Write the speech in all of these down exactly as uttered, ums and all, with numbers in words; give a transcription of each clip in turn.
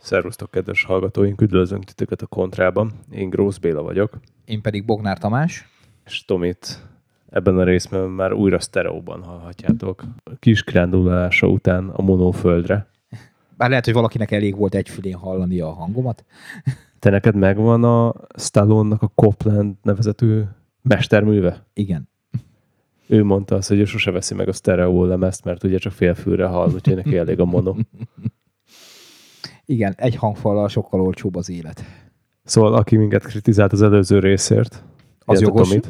Szervusztok, kedves hallgatóink, üdvözlünk titeket a Kontrában. Én Grósz Béla vagyok. Én pedig Bognár Tamás. És Tomit ebben a részben már újra sztereóban hallhatjátok. Kis kirándulása után a monóföldre. Bár lehet, hogy valakinek elég volt egyfülén hallani a hangomat. Te neked megvan a Stallone-nak a Copland nevezetű mesterműve? Igen. Ő mondta azt, hogy ő sose veszi meg a sztereó lemezt, mert ugye csak félfülre hall, úgyhogy neki elég a mono. Igen, egy hangfallal sokkal olcsóbb az élet. Szóval aki minket kritizált az előző részért, az jogos. Tomit,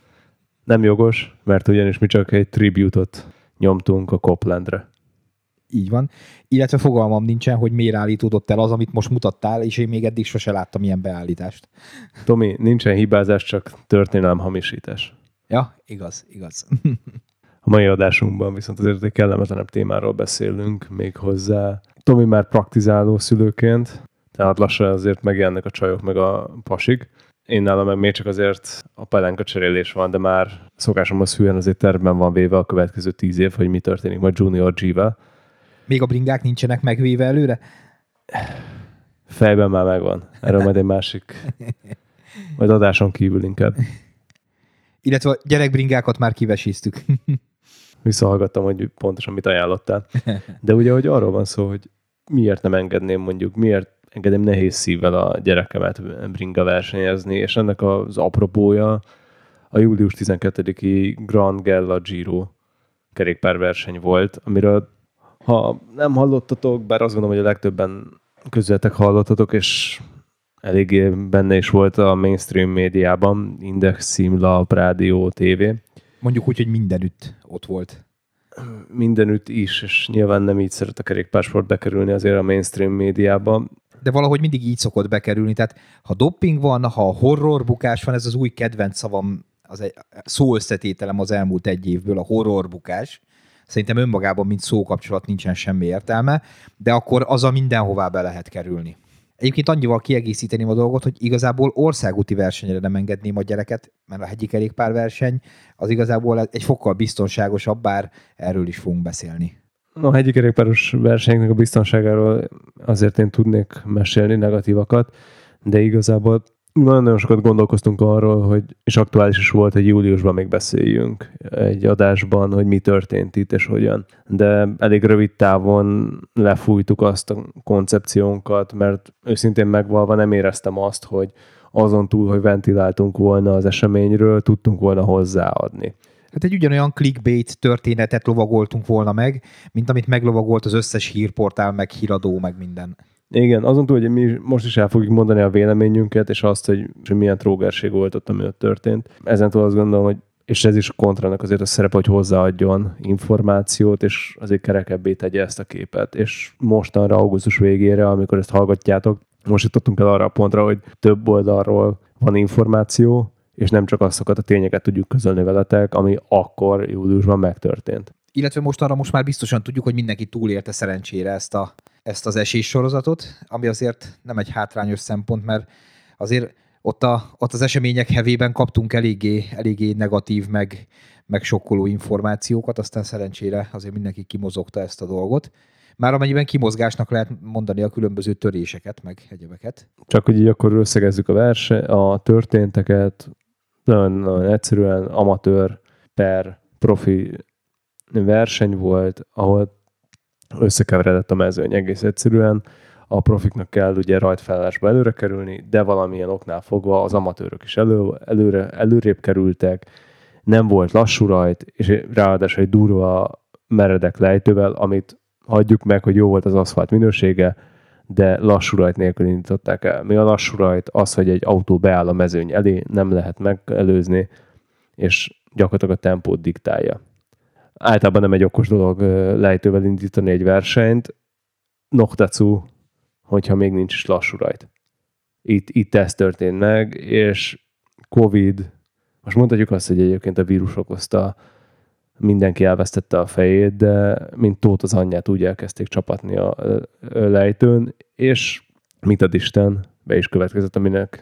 nem jogos, mert ugyanis mi csak egy tribute-ot nyomtunk a Coplandre. Így van. Illetve fogalmam nincsen, hogy miért állítódott el az, amit most mutattál, és én még eddig sose láttam ilyen beállítást. Tomi, nincsen hibázás, csak történelem hamisítás. Ja, igaz, igaz. A mai adásunkban viszont azért egy kellemetlenebb témáról beszélünk még hozzá. Tomi már praktizáló szülőként, tehát lassan azért megjelennek a csajok meg a pasik. Én nálam meg még csak azért a pelenka cserélés van, de már szokásomhoz hűen azért tervben van véve a következő tíz év, hogy mi történik majd Junior G-vel. Még a bringák nincsenek megvéve előre? Fejben már megvan. Erről majd egy másik, majd adáson kívül inkább. Illetve a gyerekbringákat már kivesíztük. Visszahallgattam, hogy pontosan mit ajánlottál. De ugye, hogy arról van szó, hogy miért nem engedném mondjuk, miért engedem nehéz szívvel a gyerekemet bringa versenyezni, és ennek az apropója a július tizenkettediki Grand Gela Giro kerékpárverseny volt, amiről ha nem hallottatok, bár azt gondolom, hogy a legtöbben közületek hallottatok, és eléggé benne is volt a mainstream médiában, Index, Címlap, Rádió, tévé. Mondjuk úgy, hogy mindenütt ott volt. Mindenütt is, és nyilván nem így szeret a kerékpársport bekerülni azért a mainstream médiában. De valahogy mindig így szokott bekerülni. Tehát ha doping van, ha horrorbukás van, ez az új kedvenc szavam, az egy szó összetételem az elmúlt egy évből, a horrorbukás. Szerintem önmagában, mint szókapcsolat nincsen semmi értelme, de akkor azzal mindenhová be lehet kerülni. Egyébként annyival kiegészíteném a dolgot, hogy igazából országúti versenyre nem engedném a gyereket, mert a hegyi kerékpárverseny az igazából egy fokkal biztonságosabb, bár erről is fogunk beszélni. A hegyi kerékpáros versenynek a biztonságáról azért én tudnék mesélni negatívakat, de igazából nagyon sokat gondolkoztunk arról, hogy, és aktuális is volt, hogy júliusban még beszéljünk egy adásban, hogy mi történt itt és hogyan. De elég rövid távon lefújtuk azt a koncepciónkat, mert őszintén megvalva nem éreztem azt, hogy azon túl, hogy ventiláltunk volna az eseményről, tudtunk volna hozzáadni. Hát egy ugyanolyan clickbait történetet lovagoltunk volna meg, mint amit meglovagolt az összes hírportál, meg híradó, meg minden. Igen, azon túl, hogy mi most is el fogjuk mondani a véleményünket, és azt, hogy, hogy milyen trógerség volt ott, ami ott történt. Ezentúl azt gondolom, hogy és ez is a kontrának azért a szerepe, hogy hozzáadjon információt, és azért kerekebbé tegye ezt a képet. És mostanra, augusztus végére, amikor ezt hallgatjátok, most jutottunk el arra a pontra, hogy több oldalról van információ, és nem csak azokat a tényeket tudjuk közölni veletek, ami akkor júliusban megtörtént. Illetve most arra most már biztosan tudjuk, hogy mindenki túlélte szerencsére ezt, a, ezt az eséssorozatot, ami azért nem egy hátrányos szempont, mert azért ott, a, ott az események hevében kaptunk eléggé, eléggé negatív, meg, meg sokkoló információkat, aztán szerencsére azért mindenki kimozogta ezt a dolgot. Már amennyiben kimozgásnak lehet mondani a különböző töréseket, meg egyebeket. Csak hogy így akkor összegezzük a verse, a történteket, nagyon, nagyon egyszerűen amatőr per profi verseny volt, ahol összekeveredett a mezőny egész egyszerűen. A profiknak kell ugye rajtfelállásba előre kerülni, de valamilyen oknál fogva az amatőrök is elő, előre, előrébb kerültek, nem volt lassú rajt, és ráadásul egy durva meredek lejtővel, amit hagyjuk meg, hogy jó volt az aszfalt minősége, de lassú rajt nélkül indították el. Mi a lassú rajt? Az, hogy egy autó beáll a mezőny elé, nem lehet megelőzni, és gyakorlatilag a tempót diktálja. Általában nem egy okos dolog lejtővel indítani egy versenyt, noktatszú, hogyha még nincs is lassú rajt. Itt, itt ez történt meg, és Covid, most mondhatjuk azt, hogy egyébként a vírus okozta, mindenki elvesztette a fejét, de mint Tóth az anyját úgy elkezdték csapatni a lejtőn, és mit ad Isten, be is következett, aminek...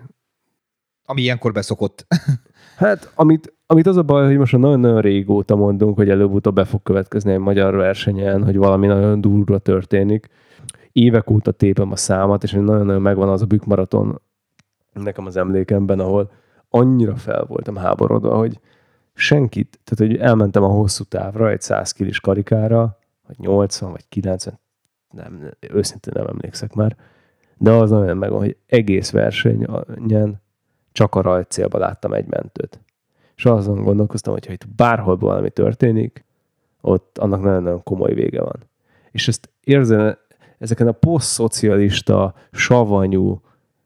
Ami ilyenkor beszokott. Hát, amit, amit az a baj, hogy most nagyon-nagyon régóta mondunk, hogy előbb-utóbb be fog következni egy magyar versenyen, hogy valami nagyon durva történik. évek óta tépem a számat, és nagyon-nagyon megvan az a bükkmaraton nekem az emlékemben, ahol annyira fel voltam háborodva, hogy senkit, tehát hogy elmentem a hosszú távra egy száz kilis karikára, vagy nyolcvan, vagy kilencven, nem, őszintén nem emlékszek már, de az nagyon megvan, hogy egész versenyen csak a rajtcélba láttam egy mentőt. És azon gondolkoztam, hogy ha itt bárhol valami történik, ott annak nagyon-nagyon komoly vége van. És ezt érzem, ezeken a posztszocialista, savanyú,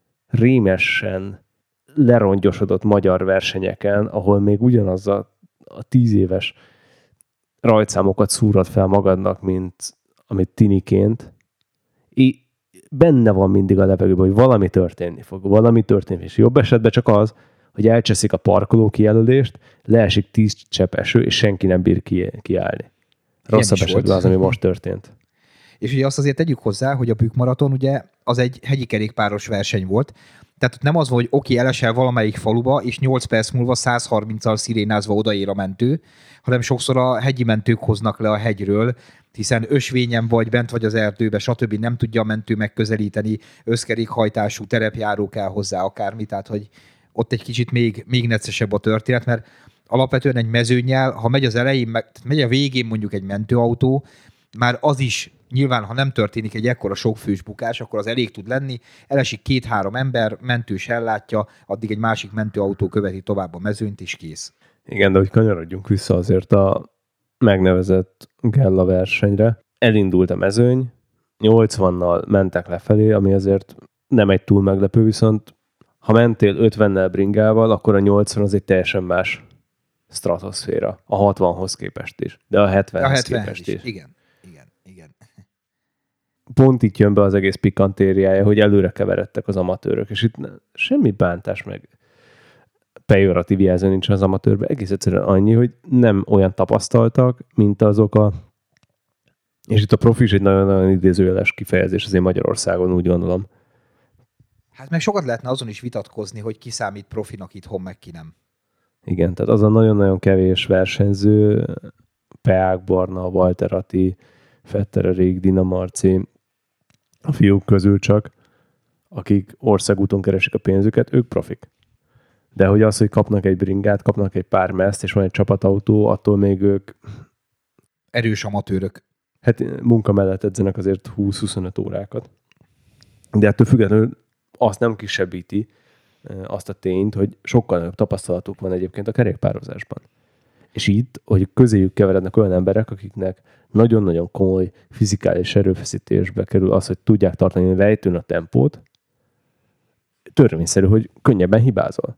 rémesen lerongyosodott magyar versenyeken, ahol még ugyanaz a, a tíz éves rajtszámokat szúrod fel magadnak, mint amit tiniként, é, benne van mindig a levegőben, hogy valami történni fog, valami történni, és jobb esetben csak az, hogy elcseszik a parkoló kijelölést, leesik tíz csepp eső, és senki nem bír ki, kiállni. Rosszabb esetben az, ami most történt. És ugye azt azért tegyük hozzá, hogy a bükkmaraton ugye az egy hegyi kerékpáros verseny volt, tehát ott nem az volt, hogy oké, elesel valamelyik faluba, és nyolc perc múlva száz harminccal szirénázva odaér a mentő, hanem sokszor a hegyi mentők hoznak le a hegyről, hiszen ösvényen vagy, bent vagy az erdőbe, stb. Nem tudja a mentő megközelíteni, összkerékhajtású terepjáró kell hozzá akármi, tehát hogy ott egy kicsit még, még neccesebb a történet, mert alapvetően egy mezőnnyel, ha megy az elején, meg, megy a végén mondjuk egy mentőautó, már az is nyilván, ha nem történik egy ekkora sokfős bukás, akkor az elég tud lenni, elesik két-három ember, mentős ellátja, addig egy másik mentőautó követi tovább a mezőnyt, és kész. Igen, de hogy kanyarodjunk vissza azért a megnevezett Gella versenyre. Elindult a mezőny, nyolcvannal mentek lefelé, ami azért nem egy túl meglepő, viszont ha mentél ötvennel bringával, akkor a nyolcvan az egy teljesen más stratoszféra. A hatvanhoz képest is, de a hetvenhez képest is. is. Igen, igen, igen. Pont itt jön be az egész pikantériája, hogy előre keveredtek az amatőrök, és itt semmi bántás meg pejoratív jelző nincs az amatőrben, egész egyszerűen annyi, hogy nem olyan tapasztaltak, mint azok a... És itt a profi is egy nagyon-nagyon idézőjeles kifejezés azért Magyarországon, úgy gondolom. Hát meg sokat lehetne azon is vitatkozni, hogy ki számít profinak itthon, meg ki nem. Igen, tehát az a nagyon-nagyon kevés versenyző, Peák Barna, Walter Atti, Fettere Rék, Dina Marci, a fiúk közül csak, akik országúton keresik a pénzüket, ők profik. De hogy az, hogy kapnak egy bringát, kapnak egy pár mezt, és van egy csapatautó, attól még ők... Erős amatőrök. Hát munka mellett edzenek azért húsz-huszonöt órákat. De ettől függetlenül azt nem kisebbíti azt a tényt, hogy sokkal nagyobb tapasztalatuk van egyébként a kerékpározásban. És itt, hogy közéjük keverednek olyan emberek, akiknek nagyon-nagyon komoly fizikális erőfeszítésbe kerül az, hogy tudják tartani lejtőn a tempót, törvényszerű, hogy könnyebben hibázol.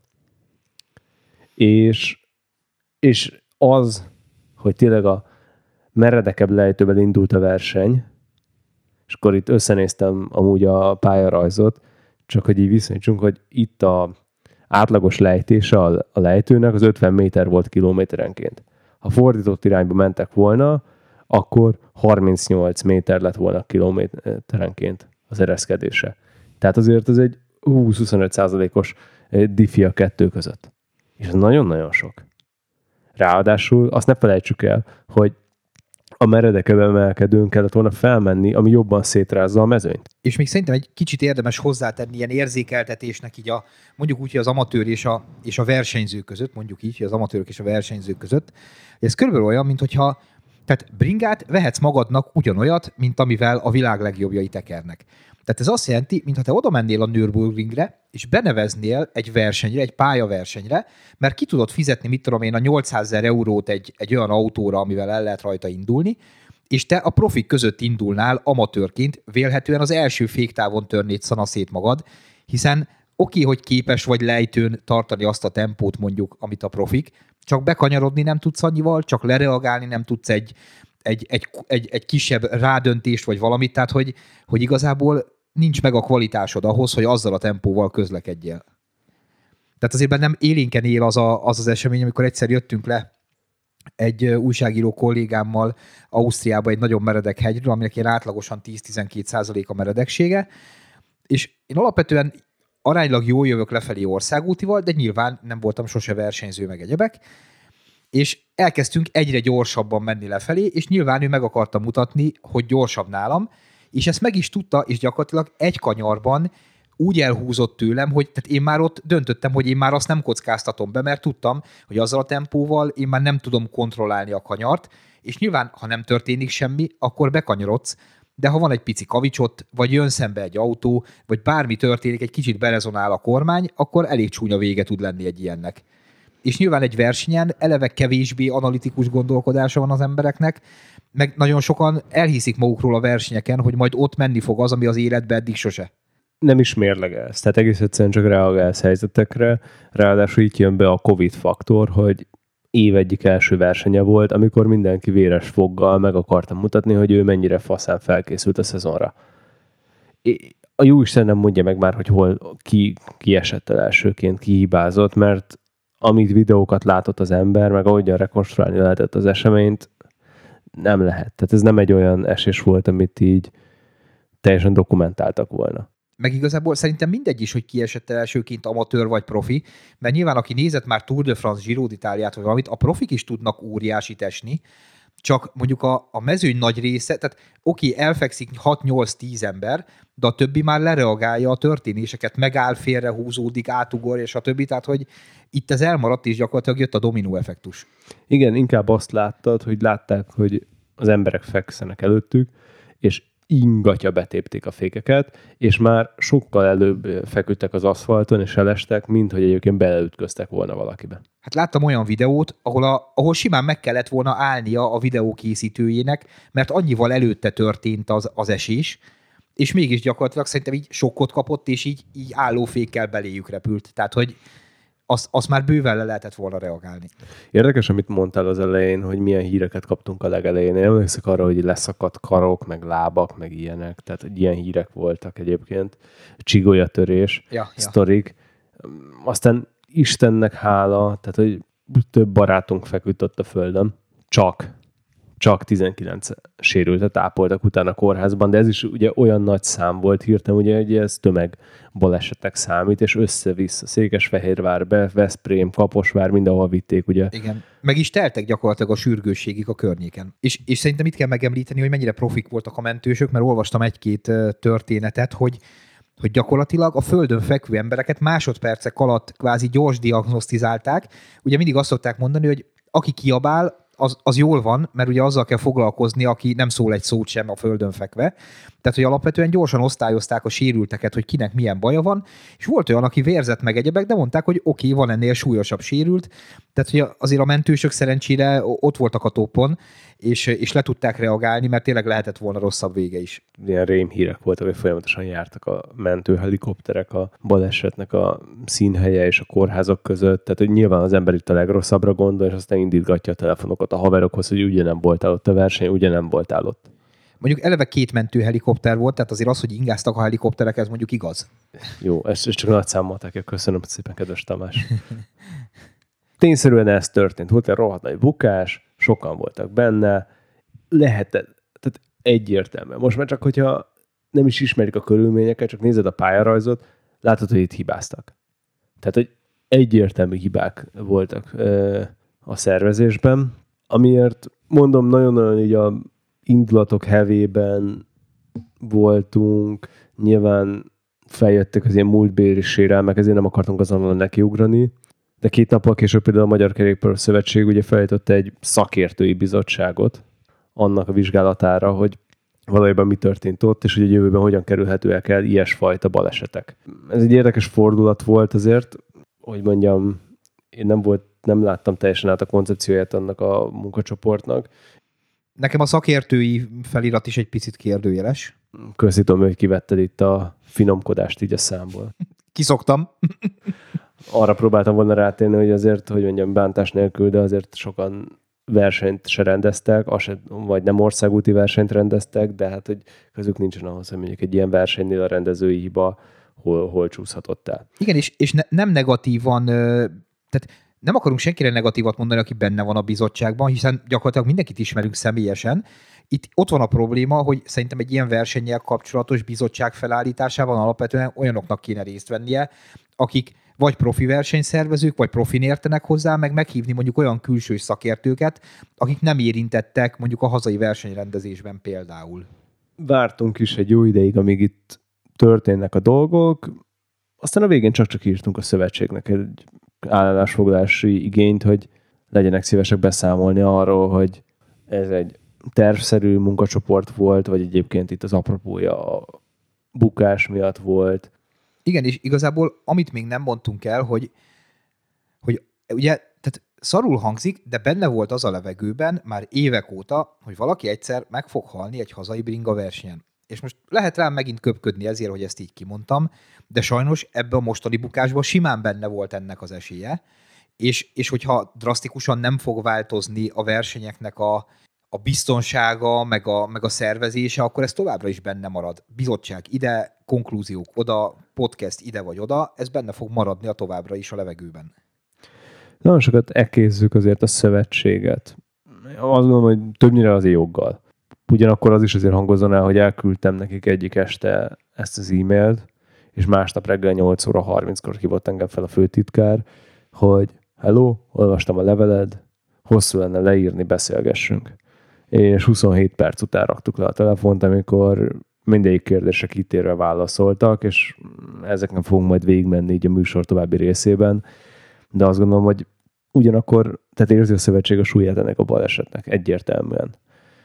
És, és az, hogy tényleg a meredekebb lejtővel indult a verseny, és akkor itt összenéztem amúgy a pályarajzot, csak hogy így viszonyítsunk, hogy itt a átlagos lejtése a lejtőnek az ötven méter volt kilométerenként. Ha fordított irányba mentek volna, akkor harmincnyolc méter lett volna kilométerenként az ereszkedése. Tehát azért ez egy húsz-huszonöt százalékos diffi a kettő között. És ez nagyon-nagyon sok. Ráadásul azt ne felejtsük el, hogy a meredekebb emelkedőn kellett volna felmenni, ami jobban szétrázza a mezőnyt. És még szerintem egy kicsit érdemes hozzátenni ilyen érzékeltetésnek így a, mondjuk úgy, hogy az amatőr és a, és a versenyző között, mondjuk így, hogy az amatőrök és a versenyzők között. Ez körülbelül olyan, mint hogyha, tehát bringát vehetsz magadnak ugyanolyat, mint amivel a világ legjobbjai tekernek. Tehát ez azt jelenti, mintha te oda mennél a Nürburgringre, és beneveznél egy versenyre, egy pályaversenyre, mert ki tudod fizetni, mit tudom én, a nyolcszázezer eurót egy, egy olyan autóra, amivel el lehet rajta indulni, és te a profik között indulnál amatőrként, vélhetően az első féktávon törnéd szanaszét magad, hiszen oké, hogy képes vagy lejtőn tartani azt a tempót mondjuk, amit a profik, csak bekanyarodni nem tudsz annyival, csak lereagálni nem tudsz egy, egy, egy, egy, egy kisebb rádöntést vagy valamit, tehát hogy, hogy igazából nincs meg a kvalitásod ahhoz, hogy azzal a tempóval közlekedjél. Tehát azért bennem élénken él az, a, az az esemény, amikor egyszer jöttünk le egy újságíró kollégámmal Ausztriába egy nagyon meredek hegyről, aminek ilyen átlagosan tíz-tizenkét százalék a meredeksége, és én alapvetően aránylag jól jövök lefelé országútival, de nyilván nem voltam sose versenyző meg egyebek, és elkezdtünk egyre gyorsabban menni lefelé, és nyilván ő meg akarta mutatni, hogy gyorsabb nálam, És ezt meg is tudta, és gyakorlatilag egy kanyarban úgy elhúzott tőlem, hogy tehát én már ott döntöttem, hogy én már azt nem kockáztatom be, mert tudtam, hogy azzal a tempóval én már nem tudom kontrollálni a kanyart, és nyilván, ha nem történik semmi, akkor bekanyarodsz, de ha van egy pici kavicsot, vagy jön szembe egy autó, vagy bármi történik, egy kicsit berezonál a kormány, akkor elég csúnya vége tud lenni egy ilyennek. És nyilván egy versenyen eleve kevésbé analitikus gondolkodása van az embereknek, meg nagyon sokan elhiszik magukról a versenyeken, hogy majd ott menni fog az, ami az életben eddig sose. Nem is mérlegelsz, tehát egész egyszerűen csak reagálsz helyzetekre, ráadásul így jön be a Covid faktor, hogy év egyik első versenye volt, amikor mindenki véres foggal meg akarta mutatni, hogy ő mennyire faszán felkészült a szezonra. A jóisten nem mondja meg már, hogy hol ki, ki esett el elsőként, ki hibázott, mert amit videókat látott az ember, meg ahogyan rekonstruálni lehetett az eseményt, nem lehet. Tehát ez nem egy olyan esés volt, amit így teljesen dokumentáltak volna. Meg igazából szerintem mindegy is, hogy ki esett el elsőként amatőr vagy profi, mert nyilván aki nézett már Tour de France, Giro d'Italiát vagy valamit, a profik is tudnak óriásit esni, csak mondjuk a, a mezőny nagy része, tehát oké, elfekszik hat-nyolc-tíz ember, de a többi már lereagálja a történéseket, megáll, félrehúzódik, átugor, és a többi, tehát hogy itt ez elmaradt, és gyakorlatilag jött a dominó effektus. Igen, inkább azt láttad, hogy látták, hogy az emberek fekszenek előttük, és ingatya betépték a fékeket, és már sokkal előbb feküdtek az aszfalton, és elestek, mint hogy egyébként beleütköztek volna valakibe. Hát láttam olyan videót, ahol, a, ahol simán meg kellett volna állnia a videó készítőjének, mert annyival előtte történt az, az esés, és mégis gyakorlatilag szerintem így sokkot kapott, és így, így állófékkel beléjük repült. Tehát, hogy azt, azt már bőven le lehetett volna reagálni. Érdekes, amit mondtál az elején, hogy milyen híreket kaptunk a legelején. Én emlékszek arra, hogy leszakadt karok, meg lábak, meg ilyenek. Tehát, hogy ilyen hírek voltak egyébként. Csigolyatörés, ja, sztorik. Ja. Aztán Istennek hála, tehát, hogy több barátunk feküdt ott a földön. Csak. Csak tizenkilenc sérültet ápoltak utána a kórházban, de ez is ugye olyan nagy szám volt hirtelen, ugye, hogy ez tömeg balesetek számít, és össze-vissza Székesfehérvárbe, Veszprém, Kaposvár, mindenhol vitték, ugye. Igen. Meg is teltek gyakorlatilag a sürgősségig a környéken. És, és szerintem itt kell megemlíteni, hogy mennyire profik voltak a mentősök, mert olvastam egy-két történetet, hogy hogy gyakorlatilag a földön fekvő embereket másodpercek alatt kvázi gyors diagnosztizálták. Ugye mindig azt szokták mondani, hogy aki kiabál, Az, az jól van, mert ugye azzal kell foglalkozni, aki nem szól egy szót sem a földön fekve. Tehát, hogy alapvetően gyorsan osztályozták a sérülteket, hogy kinek milyen baja van, és volt olyan, aki vérzett meg egyebek, de mondták, hogy oké, okay, van ennél súlyosabb sérült. Tehát, hogy azért a mentősök szerencsére ott voltak a toppon, és, és le tudták reagálni, mert tényleg lehetett volna rosszabb vége is. Ilyen rémhírek voltak, hogy folyamatosan jártak a mentőhelikopterek a balesetnek a színhelye és a kórházak között. Tehát, hogy nyilván az ember itt a legrosszabbra gondol, és aztán indítgatja a telefonokat a haverokhoz, hogy ugye nem voltál ott a verseny, ugye nem voltál ott. Mondjuk eleve két mentőhelikopter volt, tehát azért az, hogy ingáztak a helikopterek, ez mondjuk igaz. Jó, ezt, ezt csak nagy számolták. Köszönöm szépen, kedves Tamás. Tényszerűen ez történt. Volt egy rohadt nagy bukás, sokan voltak benne, lehetett, tehát egyértelmű. Most már csak, hogyha nem is ismerik a körülményeket, csak nézed a pályarajzot, látod, hogy itt hibáztak. Tehát, hogy egyértelmű hibák voltak ö, a szervezésben, amiért mondom, nagyon-nagyon így a indulatok hevében voltunk, nyilván feljöttek az ilyen múltbéli sérelmek, ezért nem akartunk azonnal nekiugrani, de két nappal később például a Magyar Kerékpár Szövetség ugye feljött egy szakértői bizottságot annak a vizsgálatára, hogy valójában mi történt ott, és hogy a jövőben hogyan kerülhetőek el ilyesfajta balesetek. Ez egy érdekes fordulat volt azért, hogy mondjam, én nem, volt, nem láttam teljesen át a koncepcióját annak a munkacsoportnak. Nekem a szakértői felirat is egy picit kérdőjeles. Köszítom, hogy kivetted itt a finomkodást így a számból. Kiszoktam. Arra próbáltam volna rátérni, hogy azért, hogy mondjam, bántás nélkül, de azért sokan versenyt se rendeztek, se, vagy nem országúti versenyt rendeztek, de hát, hogy közük nincsen ahhoz, hogy mondjuk egy ilyen versenynél a rendezői hiba hol, hol csúszhatott el. Igen, és, és ne, nem negatívan, tehát nem akarunk senkire negatívat mondani, aki benne van a bizottságban, hiszen gyakorlatilag mindenkit ismerünk személyesen. Itt ott van a probléma, hogy szerintem egy ilyen versennyel kapcsolatos bizottság felállításában alapvetően olyanoknak kéne részt vennie, akik vagy profi versenyszervezők, vagy profin értenek hozzá, meg meghívni mondjuk olyan külső szakértőket, akik nem érintettek mondjuk a hazai versenyrendezésben például. vártunk is egy jó ideig, amíg itt történnek a dolgok, aztán a végén csak-csak írtunk a szövetségnek egy állásfoglalási igényt, hogy legyenek szívesek beszámolni arról, hogy ez egy tervszerű munkacsoport volt, vagy egyébként itt az apropója a bukás miatt volt. Igen, és igazából amit még nem mondtunk el, hogy, hogy ugye, tehát szarul hangzik, de benne volt az a levegőben már évek óta, hogy valaki egyszer meg fog halni egy hazai bringa versenyen. És most lehet rám megint köpködni ezért, hogy ezt így kimondtam, de sajnos ebbe a mostani bukásban simán benne volt ennek az esélye, és, és hogyha drasztikusan nem fog változni a versenyeknek a, a biztonsága, meg a, meg a szervezése, akkor ez továbbra is benne marad. Bizottság ide, konklúziók oda, podcast ide vagy oda, ez benne fog maradni a továbbra is a levegőben. Nagyon sokat ekézzük azért a szövetséget. Azt gondolom, hogy többnyire azért joggal. Ugyanakkor az is azért hangozzon el, hogy elküldtem nekik egyik este ezt az e-mailt, és másnap reggel nyolc óra harminckor hívott engem fel a főtitkár, hogy hello, olvastam a leveled, hosszú lenne leírni, beszélgessünk. És huszonhét perc után raktuk le a telefont, amikor mindegyik kérdésre kitérve válaszoltak, és ezeken fogunk majd végigmenni így a műsor további részében, de azt gondolom, hogy ugyanakkor, tehát érzi a szövetség a súlyát ennek a balesetnek, egyértelműen.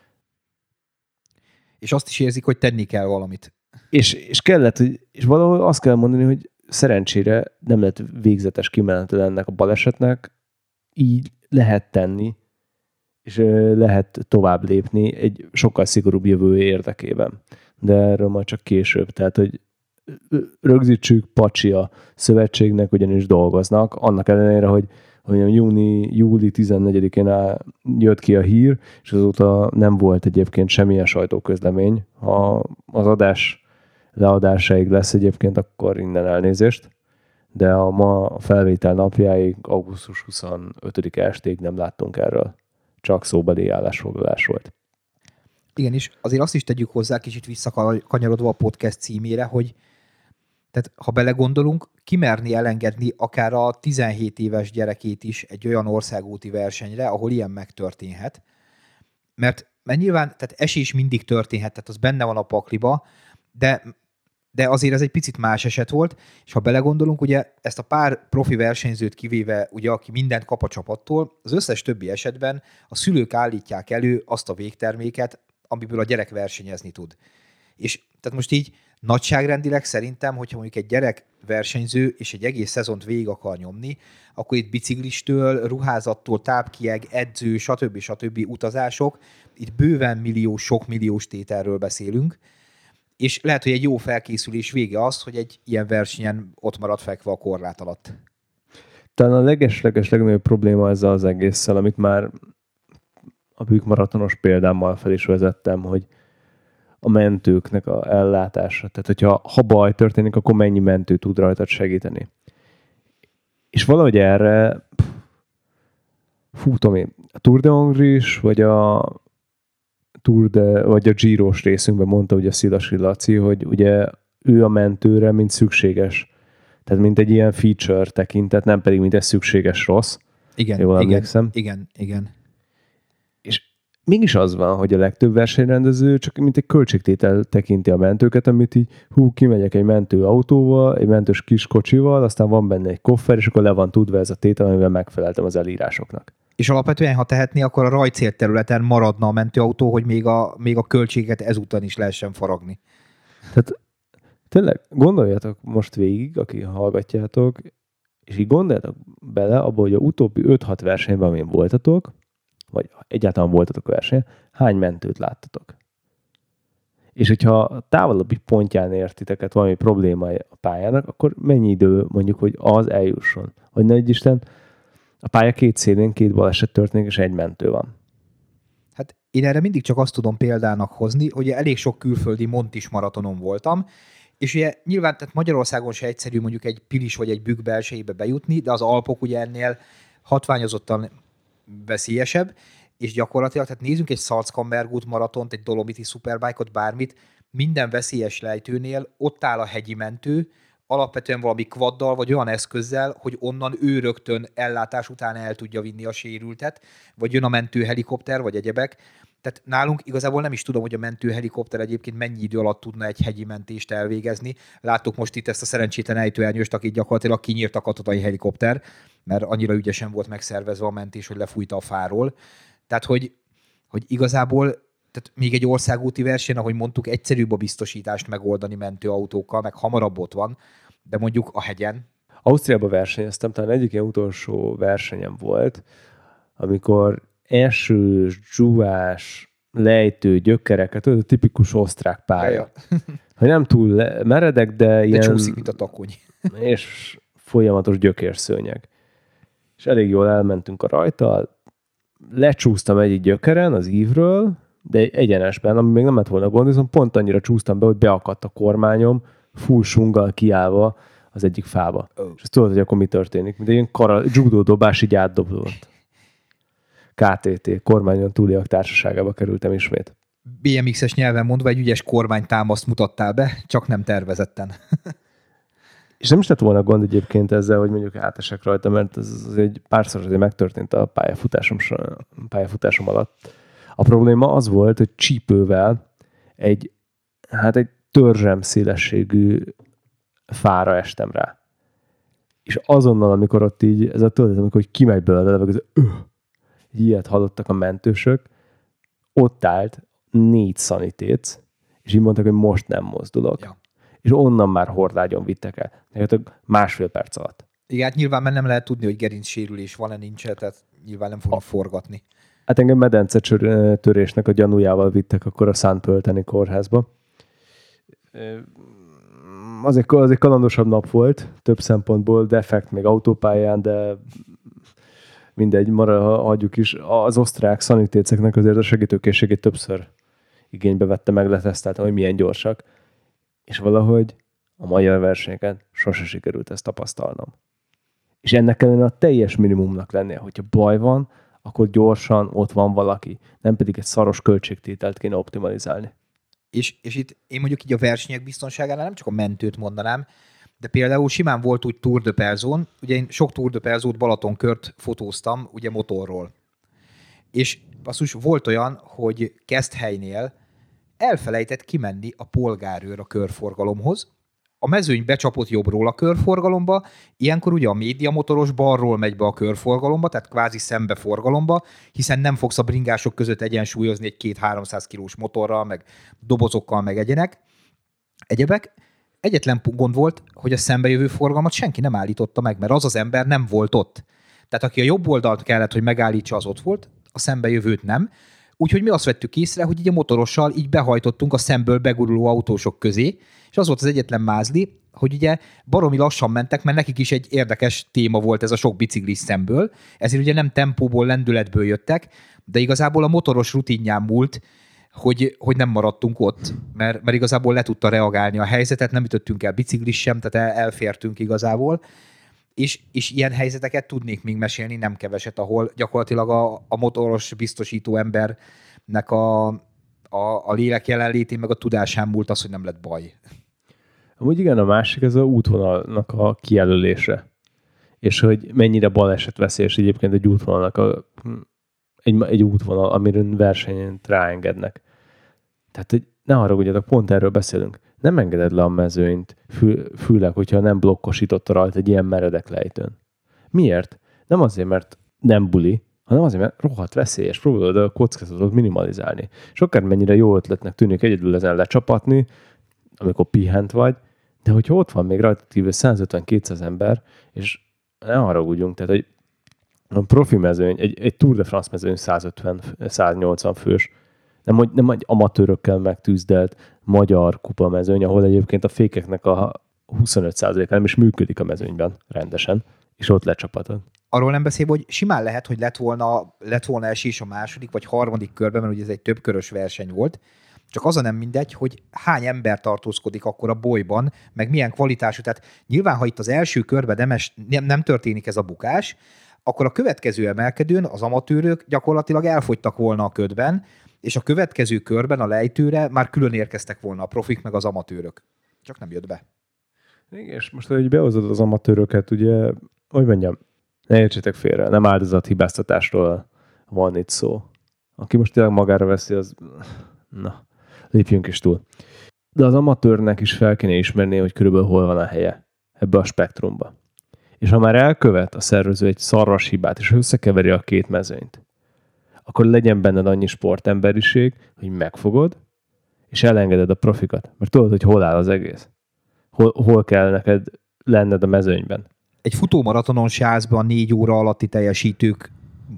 És azt is érzik, hogy tenni kell valamit. És, és kellett, hogy, és valahol azt kell mondani, hogy szerencsére nem lett végzetes kimenetel ennek a balesetnek, így lehet tenni, és lehet tovább lépni egy sokkal szigorúbb jövő érdekében. De erről majd csak később. Tehát, hogy rögzítsük, pacsi a szövetségnek, ugyanis dolgoznak, annak ellenére, hogy, hogy júni, júli tizennegyedikén jött ki a hír, és azóta nem volt egyébként semmilyen sajtóközlemény. Ha az adás leadásáig lesz egyébként, akkor innen elnézést, de a ma a felvétel napjáig, augusztus huszonötödike estéig nem láttunk erről. Csak szóbeli állásfoglalás volt. Igen, és azért azt is tegyük hozzá, kicsit visszakanyarodva a podcast címére, hogy tehát, ha belegondolunk, kimerni elengedni akár a tizenhét éves gyerekét is egy olyan országúti versenyre, ahol ilyen megtörténhet. Mert, mert nyilván tehát esés mindig történhet, tehát az benne van a pakliba, de, de azért ez egy picit más eset volt, és ha belegondolunk, ugye ezt a pár profi versenyzőt kivéve, ugye, aki mindent kap a csapattól, az összes többi esetben a szülők állítják elő azt a végterméket, amiből a gyerek versenyezni tud. És tehát most így nagyságrendileg szerintem, hogyha mondjuk egy gyerek versenyző és egy egész szezont végig akar nyomni, akkor itt biciklistől, ruházattól, tápkieg, edző, stb. stb. Utazások, itt bőven milliós, sok milliós tételről beszélünk, és lehet, hogy egy jó felkészülés vége az, hogy egy ilyen versenyen ott marad fekve a korlát alatt. Talán a leges-leges legnagyobb probléma ezzel az egésszel, amit már a bükkmaratonos példámmal fel is vezettem, hogy a mentőknek a ellátása. Tehát, hogyha ha baj történik, akkor mennyi mentő tud rajtad segíteni. És valahogy erre fú, Tomi, a Tour de Hongrie vagy a Tour de, vagy a Giro-s részünkben mondta ugye Szilasi Laci, hogy ugye ő a mentőre, mint szükséges. Tehát mint egy ilyen feature tekintet, nem pedig mint egy szükséges rossz. Igen, Jól igen, emlékszem. igen, igen. És mégis az van, hogy a legtöbb versenyrendező csak mint egy költségtétel tekinti a mentőket, amit így, hú, kimegyek egy mentőautóval, egy mentős kis kocsival, aztán van benne egy koffer, és akkor le van tudva ez a tétel, amivel megfeleltem az elírásoknak. És alapvetően, ha tehetné, akkor a rajcél területen maradna a mentőautó, hogy még a, még a költséget ezúttal is lehessen faragni. Tehát tényleg gondoljatok most végig, aki hallgatjátok, és így gondoljatok bele abba, hogy a utóbbi öt-hat versenyben, amin voltatok, vagy egyáltalán voltatok versenyen, hány mentőt láttatok. És hogyha a távolabbi pontján értiteket valami problémája a pályának, akkor mennyi idő mondjuk, hogy az eljusson. Vagy ne egy Isten, a pálya két szélén két baleset történik, és egy mentő van. Hát én erre mindig csak azt tudom példának hozni, hogy elég sok külföldi Montis maratonon voltam, és ugye nyilván tehát Magyarországon se egyszerű mondjuk egy Pilis vagy egy Bükk belsejébe bejutni, de az Alpok ugye ennél hatványozottan veszélyesebb, és gyakorlatilag, tehát nézzünk egy Salzkammergut maratont, egy Dolomiti Superbike-ot, bármit, minden veszélyes lejtőnél ott áll a hegyi mentő, alapvetően valami quaddal, vagy olyan eszközzel, hogy onnan ő rögtön ellátás után el tudja vinni a sérültet, vagy jön a mentőhelikopter, vagy egyebek. Tehát nálunk igazából nem is tudom, hogy a mentőhelikopter egyébként mennyi idő alatt tudna egy hegyi mentést elvégezni. Láttuk most itt ezt a szerencsétlen ejtőernyőst, akit gyakorlatilag kinyírt a katonai helikopter, mert annyira ügyesen volt megszervezve a mentés, hogy lefújta a fáról. Tehát, hogy, hogy igazából tehát még egy országúti versenyen, ahogy mondtuk, egyszerűbb a biztosítást megoldani mentőautókkal, meg hamarabb ott van, de mondjuk a hegyen. Ausztriában versenyeztem, talán egyik ilyen utolsó versenyem volt, amikor első zsúvás, lejtő, gyökereket, ez a tipikus osztrák pálya. Hogy nem túl le, meredek, de, de ilyen... De csúszik, mint a takony. És folyamatos gyökérszőnyeg. És elég jól elmentünk a rajta, lecsúsztam egyik gyökeren az ívről, de egyenesben, ami még nem lett volna gond, viszont pont annyira csúsztam be, hogy beakadt a kormányom, full sunggal kiállva az egyik fába. Oh. És ezt tudod, hogy akkor mi történik? Mint egy ilyen kara, judo dobás így átdobott. ká té té, kormányon túliak társaságába kerültem ismét. bé em iksz-es nyelven mondva egy ügyes kormánytámaszt mutattál be, csak nem tervezetten. És nem is lett volna gond egyébként ezzel, hogy mondjuk átesek rajta, mert ez, ez egy párszor azért megtörtént a pályafutásom, pályafutásom alatt. A probléma az volt, hogy csípővel egy, hát egy törzsem szélességű fára estem rá. És azonnal, amikor ott így, ez a tudod, amikor kimegy belőle, leveg, ez öh, ilyet hallottak a mentősök, ott állt négy szanitéc, és így mondtak, hogy most nem mozdulok. Ja. És onnan már hordágyon vittek el. Neked másfél perc alatt. Igen, hát nyilván mert nem lehet tudni, hogy gerincsérülés van-e, nincs, tehát nyilván nem fogom forgatni. Hát engem medence törésnek a gyanújával vittek akkor a Szentpölteni kórházba. Az egy, az egy kalandosabb nap volt, több szempontból, defekt még autópályán, de mindegy, marad, hagyjuk is. Az osztrák szanitéceknek azért a segítőkészségét többször igénybe vette, meg leteszteltem, hogy milyen gyorsak. És valahogy a magyar versenyeken sose sikerült ezt tapasztalnom. És ennek kellene a teljes minimumnak lennie, hogyha baj van, akkor gyorsan ott van valaki. Nem pedig egy szaros költségtételt kéne optimalizálni. És, és itt én mondjuk így a versenyek biztonságánál nem csak a mentőt mondanám, de például simán volt úgy Tour de Perzón, ugye én sok Tour de Perzót Balatonkört fotóztam, ugye motorról. És basszus, volt olyan, hogy Keszthelynél elfelejtett kimenni a polgárőr a körforgalomhoz, a mezőny becsapott jobbról a körforgalomba, ilyenkor ugye a médiamotoros balról megy be a körforgalomba, tehát kvázi szembeforgalomba, hiszen nem fogsz a bringások között egyensúlyozni egy két-háromszáz kilós motorral, meg dobozokkal, meg egyenek, egyebek. Egyetlen gond volt, hogy a szembejövő forgalmat senki nem állította meg, mert az az ember nem volt ott. Tehát aki a jobb oldalt kellett, hogy megállítsa, az ott volt, a szembejövőt nem. Úgyhogy mi azt vettük észre, hogy így a motorossal így behajtottunk a szemből beguruló autósok közé, és az volt az egyetlen mázli, hogy ugye baromi lassan mentek, mert nekik is egy érdekes téma volt ez a sok biciklis szemből, ezért ugye nem tempóból, lendületből jöttek, de igazából a motoros rutinján múlt, hogy, hogy nem maradtunk ott, mert, mert igazából le tudta reagálni a helyzetet, nem ütöttünk el biciklis sem, tehát el, elfértünk igazából, és, és ilyen helyzeteket tudnék még mesélni, nem keveset, ahol gyakorlatilag a, a motoros biztosító embernek a, a, a lélek jelenlétén, meg a tudásán múlt az, hogy nem lett baj. Amúgy igen, a másik ez a útvonalnak a kijelölése. És hogy mennyire balesetveszélyes egyébként egy útvonalnak a, egy, egy útvonal, amiről versenyen ráengednek. Tehát, hogy ne haragudjatok, pont erről beszélünk. Nem engeded le a mezőnyt, fő, főleg, hogyha nem blokkosította rajta egy ilyen meredek lejtőn. Miért? Nem azért, mert nem buli, hanem azért, mert rohadt veszélyes, próbálod a kockázatot minimalizálni. És akármennyire jó ötletnek tűnik egyedül ezen lecsapatni, amikor pihent vagy, de hogyha ott van még rajta kívül száz ötven-kétszáz ember, és ne haragudjunk, tehát egy a profi mezőny, egy, egy Tour de France mezőny száz ötven-száz nyolcvan fős, nem, nem egy amatőrökkel megtűzdelt magyar kupa mezőny, ahol egyébként a fékeknek a huszonöt százaléka nem is működik a mezőnyben rendesen, és ott lecsapatod. Arról nem beszélve, hogy simán lehet, hogy lett volna, lett volna esés a második vagy harmadik körben, mert ugye ez egy többkörös verseny volt, csak az a nem mindegy, hogy hány ember tartózkodik akkor a bolyban, meg milyen kvalitású. Tehát nyilván, ha itt az első körben nem, es, nem, nem történik ez a bukás, akkor a következő emelkedőn az amatőrök gyakorlatilag elfogytak volna a ködben, és a következő körben a lejtőre már külön érkeztek volna a profik meg az amatőrök. Csak nem jött be. Igen, és most, hogy behozod az amatőröket, ugye, hogy mondjam, ne értsétek félre, nem áldozathibáztatásról van itt szó. Aki most tényleg magára veszi, az... Na, lépjünk is túl. De az amatőrnek is fel kéne ismerni, hogy körülbelül hol van a helye ebbe a spektrumba. És ha már elkövet a szervező egy szarvas hibát, és összekeveri a két mezőnyt, akkor legyen benned annyi sportemberiség, hogy megfogod, és elengeded a profikat. Mert tudod, hogy hol áll az egész. Hol, hol kell neked lenned a mezőnyben. Egy futómaratonon se állsz be a négy óra alatti teljesítők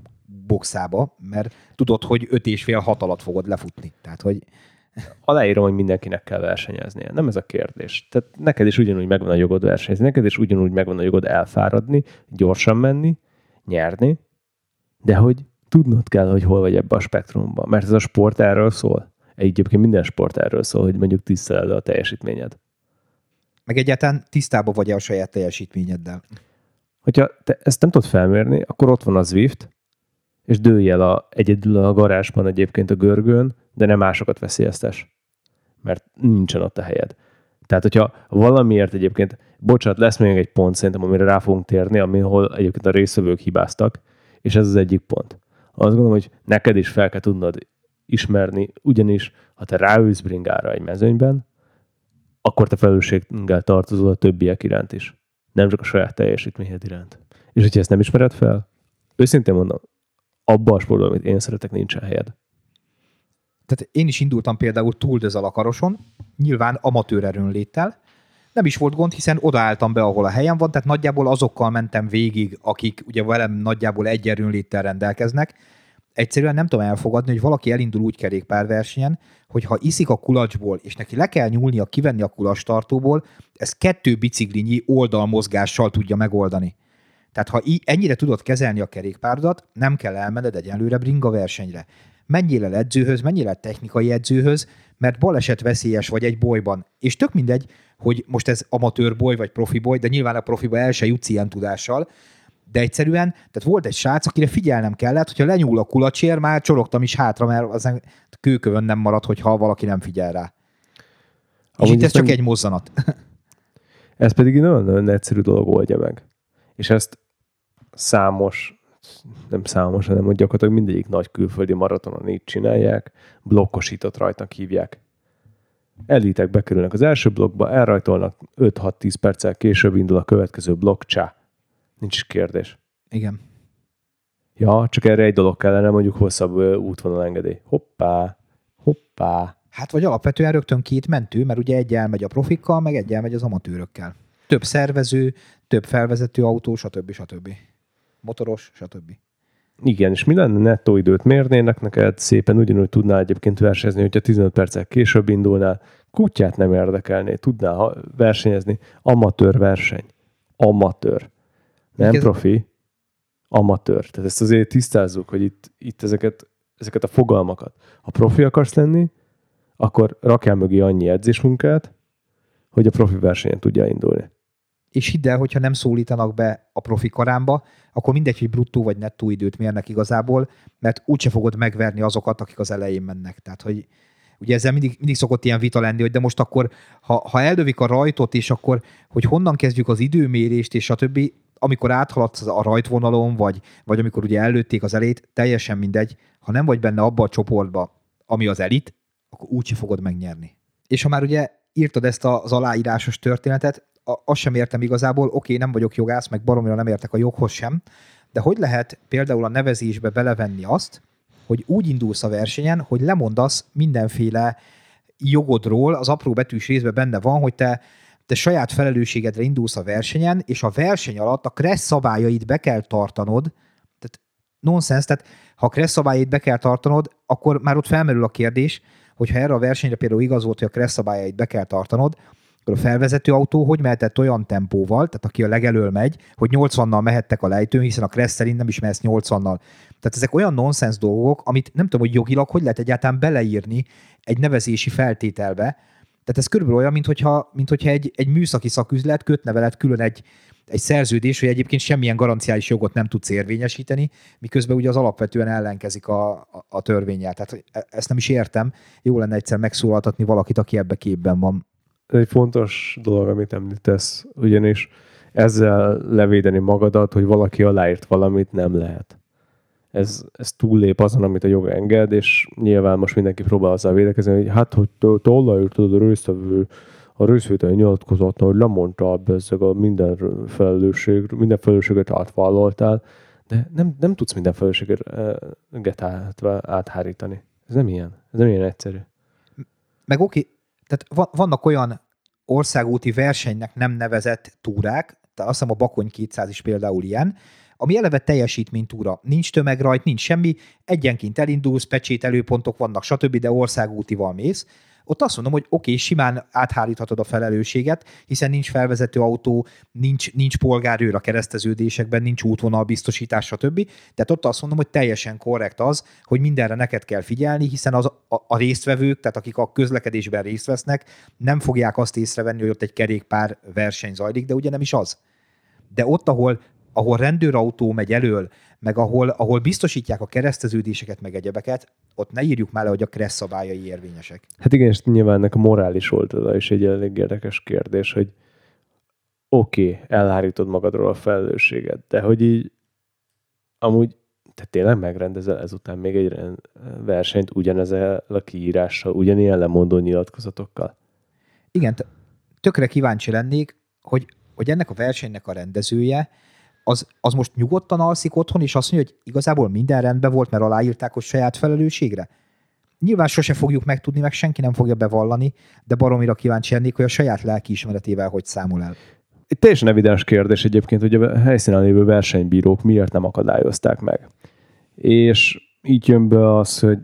boxába, mert tudod, hogy öt és fél hat alatt fogod lefutni. Tehát, hogy... Aláírom, hogy mindenkinek kell versenyeznie. Nem ez a kérdés. Tehát neked is ugyanúgy megvan a jogod versenyezni, neked is ugyanúgy megvan a jogod elfáradni, gyorsan menni, nyerni, de hogy tudnod kell, hogy hol vagy ebbe a spektrumban. Mert ez a sport erről szól. Egyébként minden sport erről szól, hogy mondjuk tiszteled a teljesítményed. Meg egyáltalán tisztában vagy a saját teljesítményeddel. Hogyha te ezt nem tudod felmérni, akkor ott van a Zwift, és dőlj el a, egyedül a garázsban egyébként a görgőn, de nem másokat veszélyeztes. Mert nincsen ott a helyed. Tehát, hogyha valamiért egyébként, bocsánat, lesz még egy pont szerintem, amire rá fogunk térni, amihol egyébként a résztvevők hibáztak, és ez az egyik pont. Azt gondolom, hogy neked is fel kell tudnod ismerni, ugyanis, ha te ráülsz bringára egy mezőnyben, akkor te felelősséggel tartozol a többiek iránt is. Nem csak a saját teljesítményed iránt. És hogyha ezt nem ismered fel, őszintén mondom, abban a sportban, amit én szeretek, nincsen helyed. Tehát én is indultam például túldözalakaroson, nyilván amatőr erőnléttel. Nem is volt gond, hiszen odaálltam be, ahol a helyem van, tehát nagyjából azokkal mentem végig, akik ugye velem nagyjából egy erőnléttel rendelkeznek. Egyszerűen nem tudom elfogadni, hogy valaki elindul úgy kerékpárversenyen, hogy ha iszik a kulacsból, és neki le kell nyúlnia, kivenni a kulacstartóból, ez kettő biciklinyi oldalmozgással tudja megoldani. Tehát ha ennyire tudod kezelni a kerékpárodat, nem kell elmenned egyelőre bringa versenyre. Menjél el edzőhöz, menjél el technikai edzőhöz, mert baleset veszélyes vagy egy bolyban. És tök mindegy, hogy most ez amatőr boly vagy profi boly, de nyilván a profiba el se jutsz ilyen tudással, de egyszerűen, tehát volt egy srác, akire figyelnem kellett, hogyha lenyúl a kulacsér, már csorogtam is hátra, mert az kőkövön nem marad, hogyha valaki nem figyel rá. És itt ez csak nem... egy mozzanat. Ez pedig egy nagyon-nagyon egyszerű dolog oldja meg. És ezt számos, nem számos, hanem hogy gyakorlatilag mindegyik nagy külföldi maratonon így csinálják, blokkosított rajtnak hívják. Elitek bekerülnek az első blokkba, elrajtolnak, öt-hat-tíz perccel később indul a következő blokk, csá. Nincs is kérdés. Igen. Ja, csak erre egy dolog kellene, mondjuk hosszabb útvonal engedély. Hoppá, hoppá. Hát vagy alapvetően rögtön két mentő, mert ugye egy elmegy a profikkal, meg egy elmegy az amatőrökkel. Több szervező, több felvezető autó, stb. stb. Motoros, stb. Igen, és mi lenne nettó időt mérnének neked, szépen ugyanúgy tudnál egyébként versenyezni, hogyha tizenöt perccel később indulnál, kutyát nem érdekelné, tudnál versenyezni. Amatőr verseny. Amatőr. Nem ez... profi, amatőr. Tehát ezt azért tisztázzuk, hogy itt, itt ezeket, ezeket a fogalmakat. Ha profi akarsz lenni, akkor rakjál mögé annyi edzésmunkát, hogy a profi versenyen tudjál indulni. És hidd el, hogyha nem szólítanak be a profi karámba, akkor mindegy, hogy bruttó vagy nettó időt mérnek igazából, mert úgyse fogod megverni azokat, akik az elején mennek. Tehát, hogy ugye ezzel mindig, mindig szokott ilyen vita lenni, hogy de most akkor, ha, ha eldövik a rajtot, és akkor, hogy honnan kezdjük az időmérést, és a többi, amikor áthaladsz a rajtvonalon, vagy, vagy amikor ugye előtték az elét, teljesen mindegy, ha nem vagy benne abba a csoportba, ami az elit, akkor úgyse fogod megnyerni. És ha már ugye írtad ezt az aláírásos történetet, azt sem értem igazából, oké, okay, nem vagyok jogász, meg baromira nem értek a joghoz sem, de hogy lehet például a nevezésbe belevenni azt, hogy úgy indulsz a versenyen, hogy lemondasz mindenféle jogodról, az apró betűs részben benne van, hogy te, te saját felelősségedre indulsz a versenyen, és a verseny alatt a kressz szabályait be kell tartanod, tehát nonsens, tehát ha a kressz szabályait be kell tartanod, akkor már ott felmerül a kérdés, hogyha erre a versenyre például igaz volt, hogy a kressz szabályait be kell tartanod, akkor a felvezető autó hogy mehetett olyan tempóval, tehát aki a legelől megy, hogy nyolcvannal mehettek a lejtőn, hiszen a kressz szerint nem is mehetsz nyolcvannal. Tehát ezek olyan nonsens dolgok, amit nem tudom, hogy jogilag hogy lehet egyáltalán beleírni egy nevezési feltételbe. Tehát ez körülbelül olyan, mint hogyha, mint hogyha egy, egy műszaki szaküzlet kötne veled külön egy, egy szerződés, hogy egyébként semmilyen garanciális jogot nem tudsz érvényesíteni, miközben ugye az alapvetően ellenkezik a, a, a törvénnyel. Tehát ezt nem is értem. Jó lenne egyszer megszólaltatni valakit, aki ebbe képben van. ez egy fontos dolog, amit említesz, ugyanis ezzel levédeni magadat, hogy valaki aláírt valamit, nem lehet. Ez, ez túllép azon, amit a jog enged, és nyilván most mindenki próbál azzal védekezni, hogy hát, hogy te, te aláírtad a résztvevő, a részvételi nyilatkozatnál, hogy lemondtál bezzeg a minden felelősség, minden felelősséget átvállaltál, de nem, nem tudsz minden felelősséget át, áthárítani. Ez nem ilyen. Ez nem ilyen egyszerű. Meg oké, tehát vannak olyan országúti versenynek nem nevezett túrák, tehát azt hiszem a Bakony kétszáz is például ilyen, ami eleve teljesítménytúra. Nincs tömeg rajt, nincs semmi, egyenként elindulsz, pecsételőpontok vannak, stb., de országútival mész. Ott azt mondom, hogy oké, okay, simán átháríthatod a felelősséget, hiszen nincs felvezető autó, nincs, nincs polgárőr a kereszteződésekben, nincs útvonalbiztosítás, stb. Tehát ott azt mondom, hogy teljesen korrekt az, hogy mindenre neked kell figyelni, hiszen az, a, a résztvevők, tehát akik a közlekedésben részt vesznek, nem fogják azt észrevenni, hogy ott egy kerékpár verseny zajlik, de ugye nem is az. De ott, ahol ahol rendőrautó megy elől, meg ahol, ahol biztosítják a kereszteződéseket, meg egyebeket, ott ne írjuk már le, hogy a kressz szabályai érvényesek. Hát igen, és nyilván ennek a morális oldala is egy elég érdekes kérdés, hogy oké, okay, elhárítod magadról a felelősséget, de hogy így amúgy te tényleg megrendezel ezután még egy versenyt ugyanezzel a kiírással, ugyanilyen lemondó nyilatkozatokkal? Igen, tökre kíváncsi lennék, hogy, hogy ennek a versenynek a rendezője Az, az most nyugodtan alszik otthon, és azt mondja, hogy igazából minden rendben volt, mert aláírták, hogy saját felelősségre? Nyilván sose fogjuk megtudni, meg senki nem fogja bevallani, de baromira kíváncsi lennék, hogy a saját lelkiismeretével hogy számol el. Egy teljesen evidens kérdés egyébként, hogy a helyszínen lévő versenybírók miért nem akadályozták meg. És így jön be az, hogy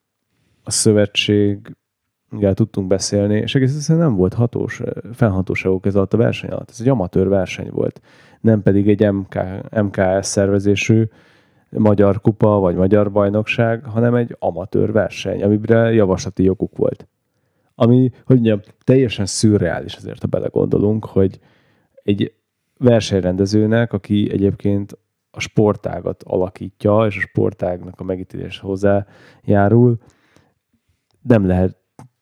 a szövetséggel tudtunk beszélni, és egész egyszerűen nem volt hatós, fennhatóságok ez alatt a verseny alatt. Ez egy amatőr verseny volt, nem pedig egy em ká, em ká es szervezésű magyar kupa vagy magyar bajnokság, hanem egy amatőr verseny, amire javaslati joguk volt. Ami, hogy mondjam, teljesen szürreális azért, ha belegondolunk, hogy egy versenyrendezőnek, aki egyébként a sportágat alakítja, és a sportágnak a megítélés hozzájárul, nem lehet,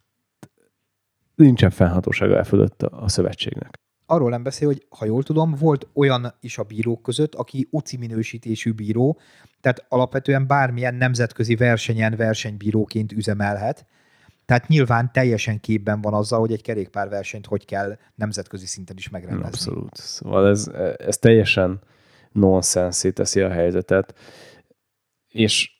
nincsen fennhatósága el fölött a, a szövetségnek. Arról nem beszél, hogy ha jól tudom, volt olyan is a bírók között, aki u cé i minősítésű bíró, tehát alapvetően bármilyen nemzetközi versenyen versenybíróként üzemelhet. Tehát nyilván teljesen képben van azzal, hogy egy kerékpárversenyt hogy kell nemzetközi szinten is megrendezni. Abszolút. Szóval ez, ez teljesen nonsenszé teszi a helyzetet. És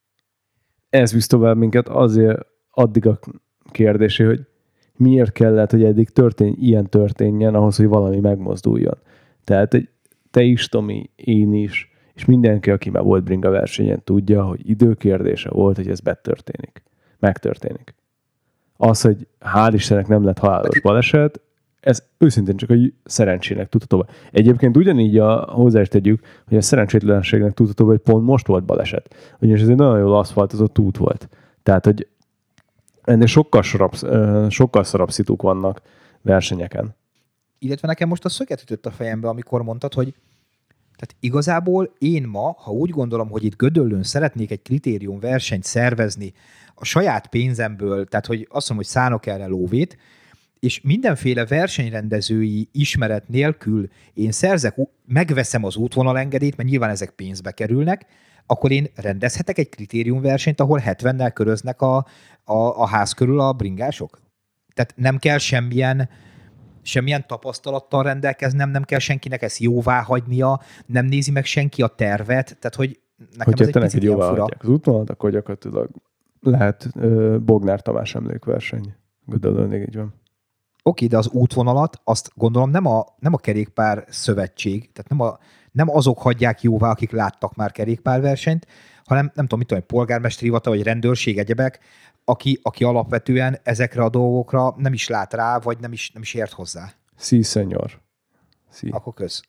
ez visz tovább minket azért addig a kérdésé, hogy miért kellett, hogy eddig történj, ilyen történjen ahhoz, hogy valami megmozduljon. Tehát te is, Tomi, én is, és mindenki, aki már volt bringa versenyen, tudja, hogy időkérdése volt, hogy ez betörténik. Megtörténik. Az, hogy hál' Istennek nem lett halálos baleset, ez őszintén csak a szerencsének tudható. Egyébként ugyanígy a, hozzá is tegyük, hogy a szerencsétlenségnek tudható, hogy pont most volt baleset. Ugyanis ez egy nagyon jól aszfaltozott út volt. Tehát, hogy ennél sokkal, sorab, sokkal szarabb szituk vannak versenyeken. Illetve nekem most a szöget ütött a fejembe, amikor mondtad, hogy tehát igazából én ma, ha úgy gondolom, hogy itt Gödöllőn szeretnék egy kritérium versenyt szervezni a saját pénzemből, tehát hogy azt mondom, hogy szánok erre lóvét, és mindenféle versenyrendezői ismeret nélkül én szerzek, megveszem az útvonalengedélyt, mert nyilván ezek pénzbe kerülnek, akkor én rendezhetek egy kritériumversenyt, ahol hetvennel köröznek a, a, a ház körül a bringások? Tehát nem kell semmilyen, semmilyen tapasztalattal rendelkeznem, nem kell senkinek ezt jóvá hagynia, nem nézi meg senki a tervet, tehát hogy nekem hogyha ez egy picit ilyen fura. hagyják az útvonalat, akkor gyakorlatilag lehet uh, Bognár Tamás emlékverseny. Gödöllőn így van. Oké, de az útvonalat, azt gondolom nem a, nem a kerékpár szövetség, tehát nem, a, nem azok hagyják jóvá, akik láttak már kerékpárversenyt, hanem nem tudom, mit tudom, polgármesteri hivatal, vagy rendőrség, egyebek, aki, aki alapvetően ezekre a dolgokra nem is lát rá, vagy nem is, nem is ért hozzá. Sí, senyor. Sí. Akkor kösz.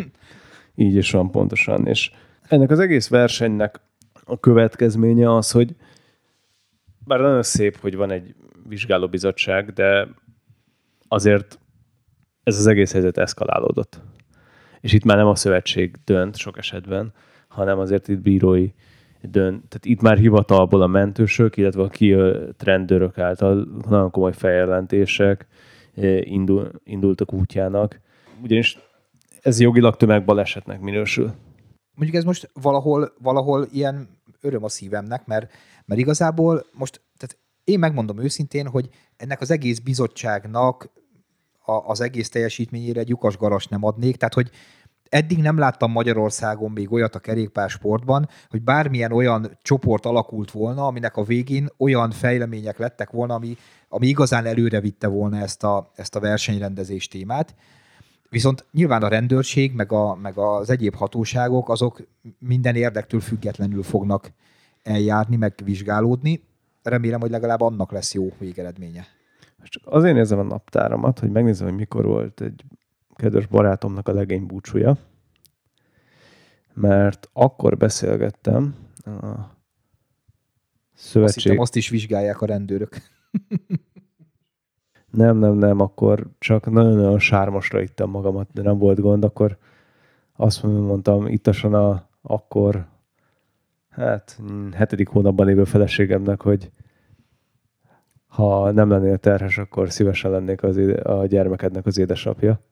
Így is van pontosan. És ennek az egész versenynek a következménye az, hogy bár nagyon szép, hogy van egy vizsgálóbizottság, de azért ez az egész helyzet eszkalálódott. És itt már nem a szövetség dönt sok esetben, hanem azért itt bírói dönt. Tehát itt már hivatalból a mentősök, illetve a kijött rendőrök által nagyon komoly feljelentések, indul, indultak útjának. Ugyanis ez jogilag tömegbalesetnek minősül. Mondjuk ez most valahol, valahol ilyen öröm a szívemnek, mert, mert igazából most, tehát én megmondom őszintén, hogy ennek az egész bizottságnak a, az egész teljesítményére egy lyukas garas nem adnék, tehát hogy eddig nem láttam Magyarországon még olyat a kerékpársportban, hogy bármilyen olyan csoport alakult volna, aminek a végén olyan fejlemények lettek volna, ami, ami igazán előre vitte volna ezt a, ezt a versenyrendezés témát. Viszont nyilván a rendőrség, meg, a, meg az egyéb hatóságok, azok minden érdektől függetlenül fognak eljárni, meg vizsgálódni. Remélem, hogy legalább annak lesz jó végeredménye. Csak azért nézem a naptáramat, hogy megnézem, hogy mikor volt egy kedves barátomnak a legény búcsúja, mert akkor beszélgettem a szövetség... Azt hittem, azt is vizsgálják a rendőrök. Nem, nem, nem, akkor csak nagyon-nagyon sármosra ittem magamat, de nem volt gond, akkor azt mondtam ittasan a, akkor hát hetedik hónapban lévő feleségemnek, hogy ha nem lennél terhes, akkor szívesen lennék az éde, a gyermekednek az édesapja.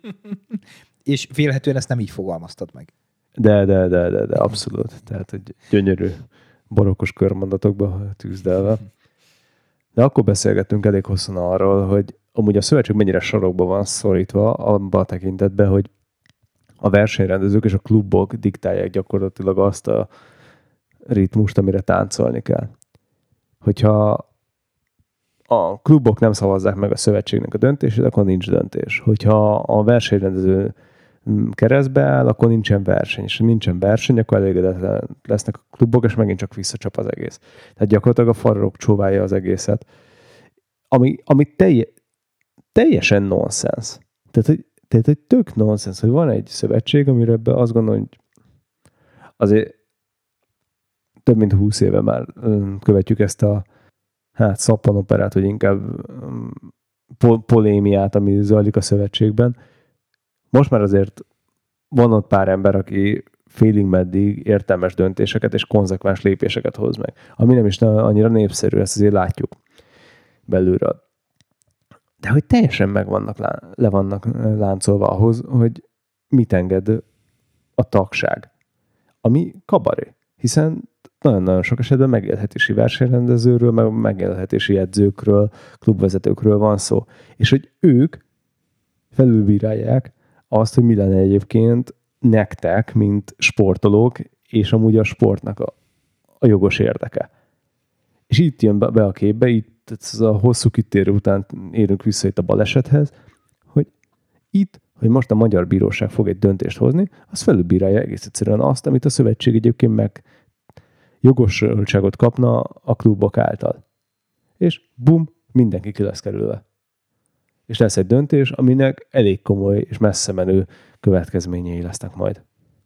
És vélhetően ezt nem így fogalmaztad meg. De, de, de, de, de, abszolút. Tehát, hogy gyönyörű barokkos körmondatokba tűzdelve. De akkor beszélgettünk elég hosszan arról, hogy amúgy a szövetség mennyire sarokba van szorítva abban a tekintetben, hogy a versenyrendezők és a klubok diktálják gyakorlatilag azt a ritmust, amire táncolni kell. Hogyha a klubok nem szavazzák meg a szövetségnek a döntését, akkor nincs döntés. Hogyha a versenyrendező keresztbe áll, akkor nincsen verseny. És ha nincsen verseny, akkor elégedetlen lesznek a klubok, és megint csak visszacsap az egész. Tehát gyakorlatilag a farok csóválja az egészet. Ami, ami telje, teljesen nonsens. Tehát, hogy, tehát, hogy tök nonsens, hogy van egy szövetség, amire ebben azt gondolom, hogy azért több mint húsz éve már követjük ezt a hát szappanoperát, vagy inkább pol- polémiát, ami zajlik a szövetségben. Most már azért van ott pár ember, aki félig meddig értelmes döntéseket és konzekvens lépéseket hoz meg. Ami nem is annyira népszerű, ezt azért látjuk belülről. De hogy teljesen meg vannak, le vannak láncolva ahhoz, hogy mit enged a tagság. Ami kabaré. Hiszen nagyon-nagyon sok esetben megélhetési versenyrendezőről, meg megélhetési edzőkről, klubvezetőkről van szó. És hogy ők felülbírálják azt, hogy mi lenne egyébként nektek, mint sportolók, és amúgy a sportnak a, a jogos érdeke. És itt jön be a képbe, itt ez a hosszú kitérő után érünk vissza itt a balesethez, hogy itt, hogy most a Magyar Bíróság fog egy döntést hozni, az felülbírálja egész egyszerűen azt, amit a szövetség egyébként meg jogosultságot kapna a klubok által. És bum, mindenki ki lesz kerülve. És lesz egy döntés, aminek elég komoly és messze menő következményei lesznek majd.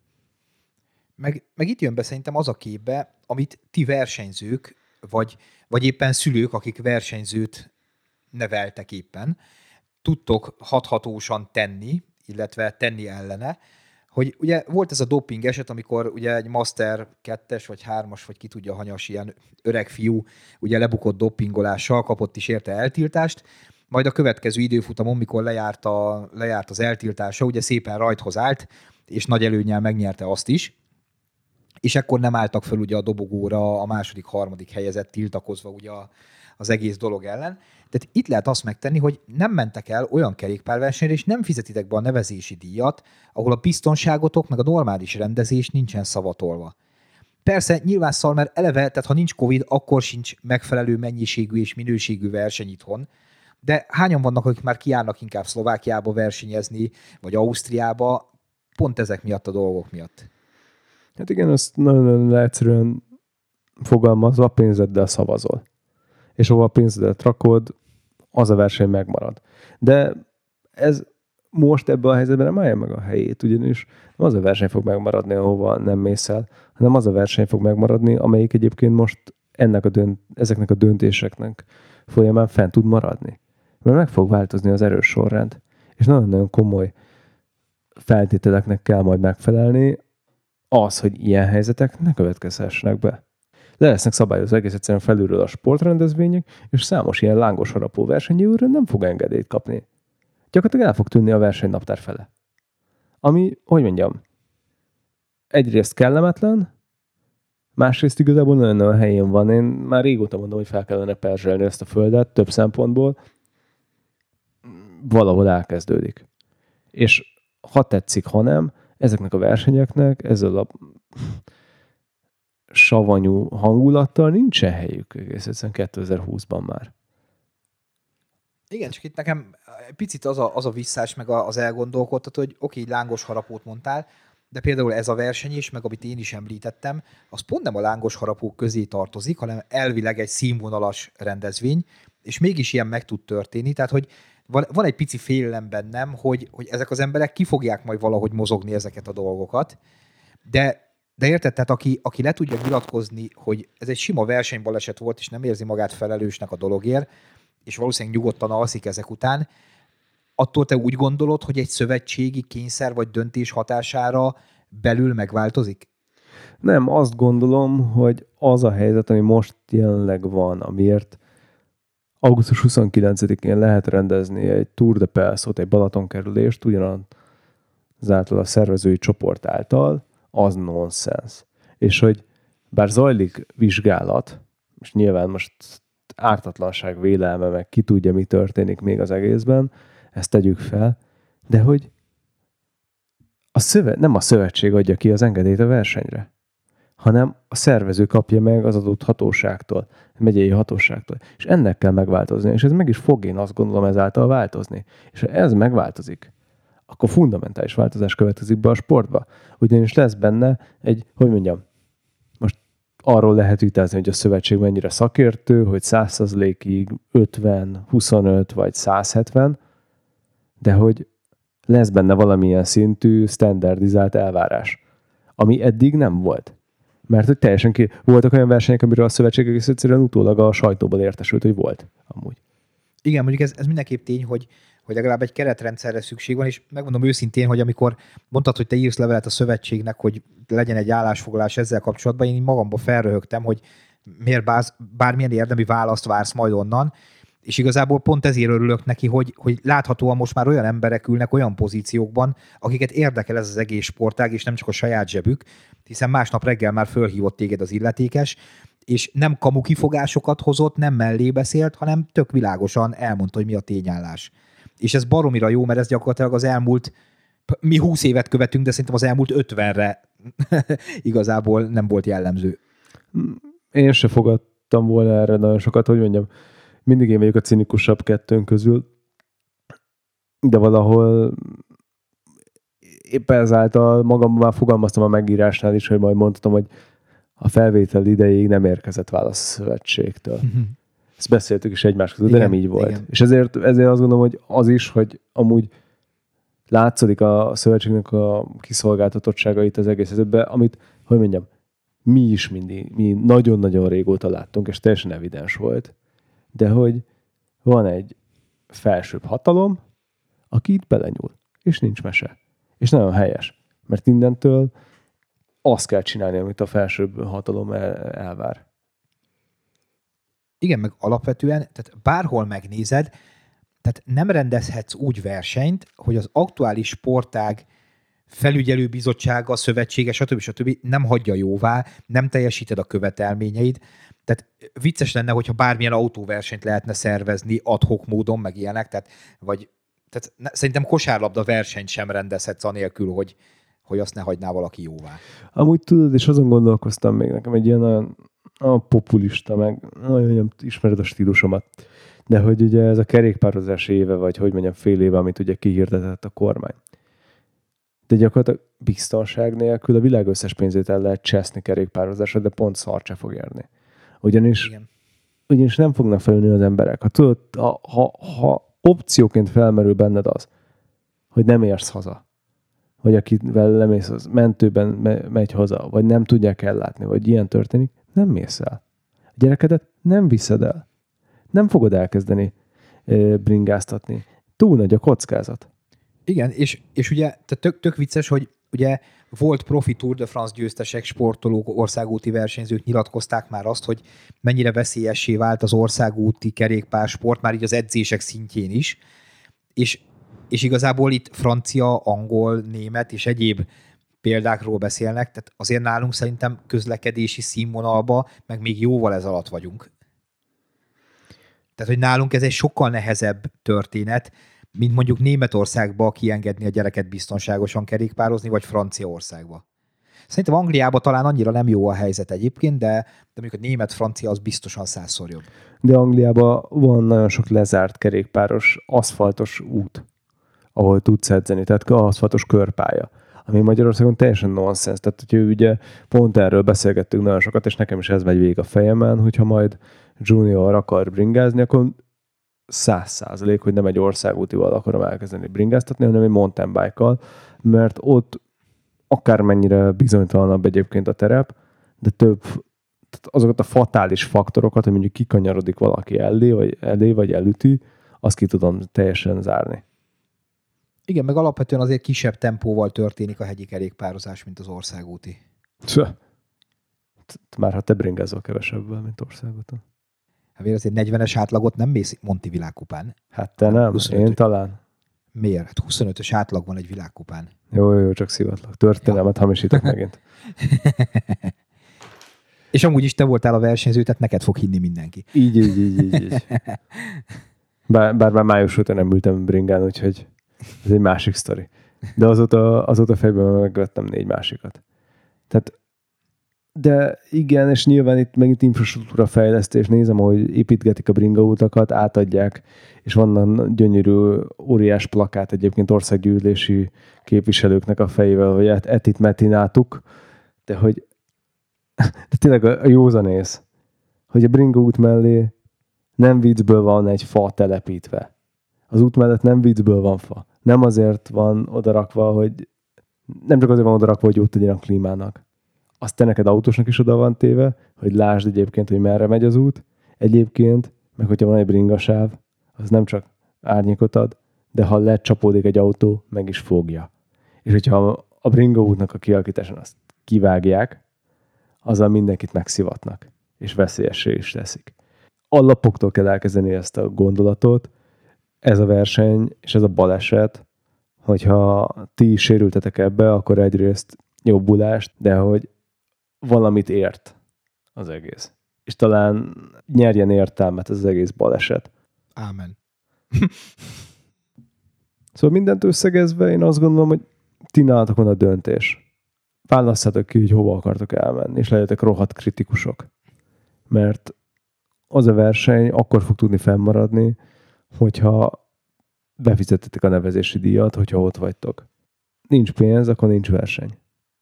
Meg, meg itt jön be szerintem az a képbe, amit ti versenyzők, vagy, vagy éppen szülők, akik versenyzőt neveltek éppen, tudtok hathatósan tenni, illetve tenni ellene, hogy ugye volt ez a doping eset, amikor ugye egy Master kettes, vagy hármas, vagy ki tudja hanyas ilyen öreg fiú ugye lebukott dopingolással, kapott is érte eltiltást, majd a következő időfutamon, mikor lejárt, a, lejárt az eltiltása, ugye szépen rajthoz állt, és nagy előnnyel megnyerte azt is, és ekkor nem álltak föl ugye a dobogóra a második, harmadik helyezett tiltakozva ugye a, az egész dolog ellen. Tehát itt lehet azt megtenni, hogy nem mentek el olyan kerékpárversenyre, és nem fizetitek be a nevezési díjat, ahol a biztonságotok, meg a normális rendezés nincsen szavatolva. Persze, nyilván szar, mert eleve, tehát ha nincs Covid, akkor sincs megfelelő mennyiségű és minőségű verseny itthon, de hányan vannak, akik már kijárnak inkább Szlovákiába versenyezni, vagy Ausztriába, pont ezek miatt a dolgok miatt. Hát igen, azt nagyon egyszerűen fogalmazva, pénzeddel szavazol. És ahol a pénzedet rakod, az a verseny megmarad. De ez most ebben a helyzetben nem állja meg a helyét, ugyanis nem az a verseny fog megmaradni, ahova nem mész el, hanem az a verseny fog megmaradni, amelyik egyébként most ennek a dönt, ezeknek a döntéseknek folyamán fent tud maradni. Mert meg fog változni az erős sorrend. És nagyon-nagyon komoly feltételeknek kell majd megfelelni, az, hogy ilyen helyzetek ne következhessenek be. Le lesznek szabályozva egész egyszerűen felülről a sportrendezvények, és számos ilyen lángos harapó versenyőrről nem fog engedélyt kapni. Gyakorlatilag el fog tűnni a versenynaptár fele. Ami, hogy mondjam, egyrészt kellemetlen, másrészt igazából nagyon-nagyon helyén van. Én már régóta mondom, hogy fel kellene perzselni ezt a földet több szempontból. Valahol elkezdődik. És ha tetszik, ha nem, ezeknek a versenyeknek ezzel a savanyú hangulattal nincsen helyük egész egyszerűen kétezer-húszban már. Igen, csak itt nekem picit az a, az a visszás, meg az elgondolkodtató, hogy oké, okay, lángos harapót mondtál, de például ez a verseny is, meg amit én is említettem, az pont nem a lángos harapók közé tartozik, hanem elvileg egy színvonalas rendezvény, és mégis ilyen meg tud történni, tehát hogy van, van egy pici félelem bennem, hogy, hogy ezek az emberek ki fogják majd valahogy mozogni ezeket a dolgokat, de De érted, tehát aki, aki le tudja nyilatkozni, hogy ez egy sima versenybaleset volt, és nem érzi magát felelősnek a dologért, és valószínűleg nyugodtan alszik ezek után, attól te úgy gondolod, hogy egy szövetségi kényszer vagy döntés hatására belül megváltozik? Nem, azt gondolom, hogy az a helyzet, ami most jelenleg van, amiért augusztus huszonkilencedikén lehet rendezni egy Tour de Pelszot, egy Balatonkerülést, ugyanazáltal a szervezői csoport által, az nonsens. És hogy bár zajlik vizsgálat, és nyilván most ártatlanság vélelme, meg ki tudja, mi történik még az egészben, ezt tegyük fel, de hogy a szövet, nem a szövetség adja ki az engedélyt a versenyre, hanem a szervező kapja meg az adott hatóságtól, a megyei hatóságtól. És ennek kell megváltozni, és ez meg is fog, én azt gondolom, ezáltal változni. És ha ez megváltozik, akkor fundamentális változás következik be a sportba. Ugyanis lesz benne egy, hogy mondjam, most arról lehet vitázni, hogy a szövetség mennyire szakértő, hogy száz százalékig ötven, huszonöt vagy száz hetven, de hogy lesz benne valamilyen szintű standardizált elvárás, ami eddig nem volt. Mert hogy teljesen ki... voltak olyan versenyek, amiről a szövetség egész egyszerűen utólag a sajtóban értesült, hogy volt amúgy. Igen, mondjuk ez, ez mindenképp tény, hogy hogy legalább egy keretrendszerre szükség van, és megmondom őszintén, hogy amikor mondtad, hogy te írsz levelet a szövetségnek, hogy legyen egy állásfoglalás ezzel kapcsolatban, én magamba felröhögtem, hogy miért báz, bármilyen érdemi választ vársz majd onnan, és igazából pont ezért örülök neki, hogy, hogy láthatóan most már olyan emberek ülnek olyan pozíciókban, akiket érdekel ez az egész sportág, és nem csak a saját zsebük, hiszen másnap reggel már fölhívott téged az illetékes, és nem kamu kifogásokat hozott, nem mellé beszélt, hanem tök világosan elmondta, hogy mi a tényállás. És ez baromira jó, mert ez gyakorlatilag az elmúlt, mi húsz évet követünk, de szerintem az elmúlt ötvenre igazából nem volt jellemző. Én se fogadtam volna erre nagyon sokat, hogy mondjam, mindig én vagyok a cinikusabb kettőnk közül, de valahol éppen ezáltal magamban már fogalmaztam a megírásnál is, hogy majd mondhatom, hogy a felvétel idejéig nem érkezett válasz a szövetségtől. Ezt beszéltük is egymás között, de nem így volt. Igen. És ezért, ezért azt gondolom, hogy az is, hogy amúgy látszik a szövetségnek a kiszolgáltatottságait az egész esetben, amit, hogy mondjam, mi is mindig, mi nagyon-nagyon régóta láttunk, és teljesen evidens volt, de hogy van egy felsőbb hatalom, aki itt belenyúl, és nincs mese. És nagyon helyes, mert innentől azt kell csinálni, amit a felsőbb hatalom el, elvár. Igen, meg alapvetően, tehát bárhol megnézed, tehát nem rendezhetsz úgy versenyt, hogy az aktuális sportág felügyelőbizottsága, szövetsége, stb. stb. Nem hagyja jóvá, nem teljesíted a követelményeid. Tehát vicces lenne, hogyha bármilyen autóversenyt lehetne szervezni ad hoc módon, meg ilyenek, tehát, vagy, tehát ne, szerintem kosárlabda versenyt sem rendezhetsz anélkül, hogy, hogy azt ne hagyná valaki jóvá. Amúgy tudod, és azon gondolkoztam még, nekem egy ilyen olyan a populista, meg nagyon ismered a stílusomat. De hogy ugye ez a kerékpározás éve, vagy hogy mondjam, fél éve, amit ugye kihirdetett a kormány. De gyakorlatilag biztonság nélkül a világ összes pénzét el lehet cseszni kerékpározásra, de pont szart se fog érni. Ugyanis, ugyanis nem fognak felülni az emberek. Ha, tudod, ha, ha, ha opcióként felmerül benned az, hogy nem érsz haza, vagy akivel lemész, az mentőben megy haza, vagy nem tudják ellátni, vagy ilyen történik, nem mész el. A gyerekedet nem viszed el. Nem fogod elkezdeni e, bringáztatni. Túl nagy a kockázat. Igen, és, és ugye tök, tök vicces, hogy ugye volt profi Tour de France győztesek, sportolók, országúti versenyzők nyilatkozták már azt, hogy mennyire veszélyessé vált az országúti kerékpársport, már így az edzések szintjén is, és, és igazából itt francia, angol, német és egyéb példákról beszélnek, tehát azért nálunk szerintem közlekedési színvonalba, meg még jóval ez alatt vagyunk. Tehát, hogy nálunk ez egy sokkal nehezebb történet, mint mondjuk Németországba kiengedni a gyereket biztonságosan kerékpározni, vagy Franciaországba. Szerintem Angliában talán annyira nem jó a helyzet egyébként, de, de mondjuk a német-francia az biztosan százszor jobb. De Angliában van nagyon sok lezárt kerékpáros, aszfaltos út, ahol tudsz edzeni, tehát aszfaltos körpálya, ami Magyarországon teljesen nonsens. Tehát, hogy ugye pont erről beszélgettünk nagyon sokat, és nekem is ez megy végig a fejemen, hogyha majd junior akar bringázni, akkor száz százalék, hogy nem egy országútival akarom elkezdeni bringáztatni, hanem egy mountain bike-kal, mert ott akármennyire bizonytalanabb egyébként a terep, de több, azokat a fatális faktorokat, hogy mondjuk kikanyarodik valaki elé, vagy, elé, vagy elüti, azt ki tudom teljesen zárni. Igen, meg alapvetően azért kisebb tempóval történik a hegyi kerékpározás, mint az országúti. Már ha te bringázol kevesebbel, mint országúton. Hát azért negyvenes átlagot nem mész Monti világkupán. Hát te nem, huszonöt én talán. Miért? Hát huszonötös átlag van egy világkupán. Jó, jó, csak szivatlak. Történelmet ja. hamisítok megint. És amúgy is te voltál a versenyző, tehát neked fog hinni mindenki. Így, így, így, így. így. Bár, bár már május óta nem ültem bringán, úgyhogy ez egy másik sztori. De azóta, azóta fejben megvettem négy másikat. Tehát de igen, és nyilván itt megint infrastruktúra fejlesztés, nézem, hogy építgetik a bringautakat, átadják, és vannak gyönyörű óriás plakát egyébként országgyűlési képviselőknek a fejével, hogy etit metinátuk, de hogy de tényleg a józanész, hogy a bringaút mellé nem viccből van egy fa telepítve. Az út mellett nem viccből van fa. Nem azért van odarakva, hogy nem csak azért van odarakva, hogy jót tegyen a klímának. Azt te neked autósnak is oda van téve, hogy lásd egyébként, hogy merre megy az út. Egyébként, meg hogyha van egy bringasáv, az nem csak árnyékot ad, de ha lecsapódik egy autó, meg is fogja. És hogyha a bringaútnak a kialakításán azt kivágják, azzal mindenkit megszivatnak, és veszélyessé is teszik. Alapoktól kell elkezdeni ezt a gondolatot, ez a verseny és ez a baleset, hogyha ti is sérültetek ebbe, akkor egyrészt jobbulást, de hogy valamit ért az egész. És talán nyerjen értelmet ez az egész baleset. Ámen. Szóval mindent összegezve én azt gondolom, hogy ti nálatok van a döntés. Válasszátok ki, hogy hova akartok elmenni, és legyetek rohadt kritikusok. Mert az a verseny akkor fog tudni fennmaradni, hogyha befizettetek a nevezési díjat, hogyha ott vagytok. Nincs pénz, akkor nincs verseny.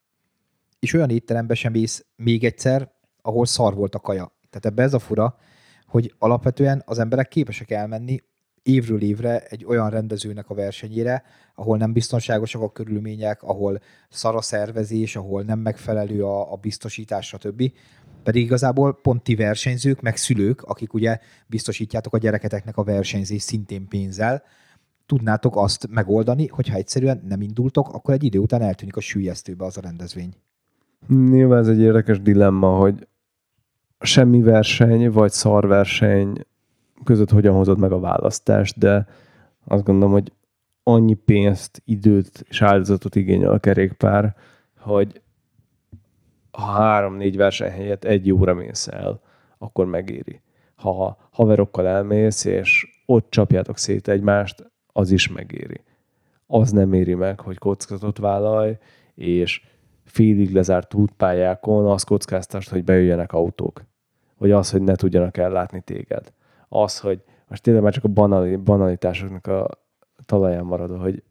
És olyan étterembe sem mész még egyszer, ahol szar volt a kaja. Tehát ebbe ez a fura, hogy alapvetően az emberek képesek elmenni évről évre egy olyan rendezőnek a versenyére, ahol nem biztonságosak a körülmények, ahol szar a szervezés, ahol nem megfelelő a, a biztosítás, stb. Pedig igazából pont ti versenyzők, meg szülők, akik ugye biztosítjátok a gyereketeknek a versenyzés szintén pénzzel, tudnátok azt megoldani, hogyha egyszerűen nem indultok, akkor egy idő után eltűnik a süllyesztőbe az a rendezvény. Nyilván ez egy érdekes dilemma, hogy semmi verseny vagy szarverseny között hogyan hozod meg a választást, de azt gondolom, hogy annyi pénzt, időt és áldozatot igényel a kerékpár, hogy ha három-négy verseny helyett egy óra mész el, akkor megéri. Ha haverokkal elmész, és ott csapjátok szét egymást, az is megéri. Az nem éri meg, hogy kockázatot vállalj, és félig lezárt útpályákon azt kockáztasd, hogy bejöjjenek autók. Vagy az, hogy ne tudjanak ellátni téged. Az, hogy most tényleg már csak a banali, banalitásoknak a talaján marad, hogy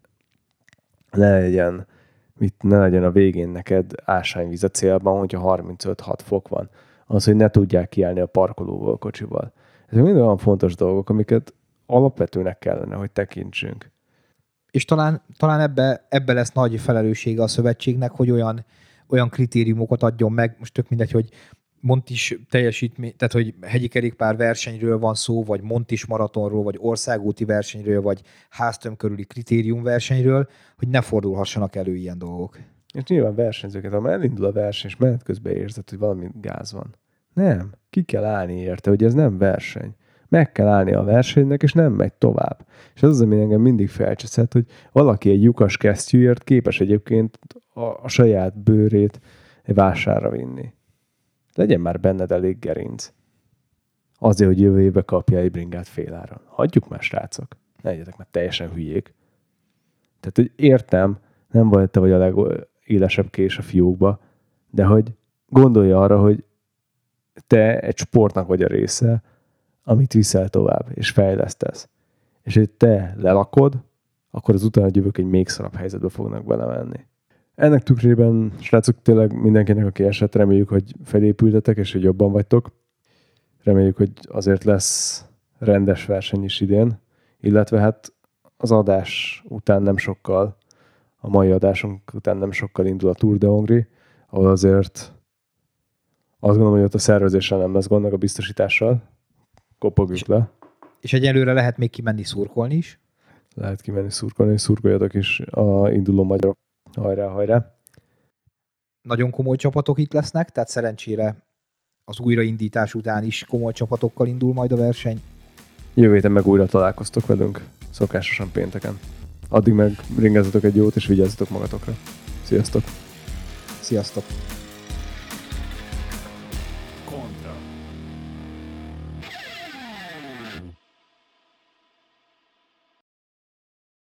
ne legyen, mit, ne legyen a végén neked ásványvíz a célban, hogyha harmincöt-hat fok van. Az, hogy ne tudják kiállni a parkolóval, kocsival. Ezek mind olyan fontos dolgok, amiket alapvetőnek kellene, hogy tekintsünk. És talán, talán ebbe, ebbe lesz nagy felelőssége a szövetségnek, hogy olyan, olyan kritériumokat adjon meg, most tök mindegy, hogy Montis teljesítmény, tehát hogy hegyi kerékpár versenyről van szó, vagy Montis maratonról, vagy országúti versenyről, vagy háztömb körüli kritérium versenyről, hogy ne fordulhassanak elő ilyen dolgok. És nyilván versenyzőket, ha elindul a verseny, és menet közben érzed, hogy valami gáz van. Nem. Ki kell állni érte, hogy ez nem verseny. Meg kell állni a versenynek, és nem megy tovább. És az az, ami engem mindig felcseszett, hogy valaki egy lyukas kesztyűért képes egyébként a, a saját bőrét egy vásárra vinni. Legyen már benned elég gerinc. Azért, hogy jövő évbe kapja egy bringát féláron. Hagyjuk már, srácok. Ne legyetek már teljesen hülyék. Tehát, hogy értem, nem vagy te vagy a legélesebb kés a fiókba, de hogy gondolj arra, hogy te egy sportnak vagy a része, amit viszel tovább, és fejlesztesz. És hogy te lelakod, akkor az utána jövők egy még szarabb helyzetbe fognak belemenni. Ennek tükrében, srácok, tényleg mindenkinek, aki esett, reméljük, hogy felépültetek, és hogy jobban vagytok. Reméljük, hogy azért lesz rendes verseny is idén, illetve hát az adás után nem sokkal, a mai adásunk után nem sokkal indul a Tour de Hongrie, ahol azért azt gondolom, hogy ott a szervezéssel nem lesz gond, a biztosítással. Kopogjuk le. És egyelőre lehet még kimenni szurkolni is. Lehet kimenni szurkolni, és szurkoljatok is a induló magyarok. Hajrá, hajrá! Nagyon komoly csapatok itt lesznek, tehát szerencsére az újraindítás után is komoly csapatokkal indul majd a verseny. Jövő héten meg újra találkoztok velünk, szokásosan pénteken. Addig meg ringezzetek egy jót, és vigyázzatok magatokra. Sziasztok! Sziasztok! Kontra.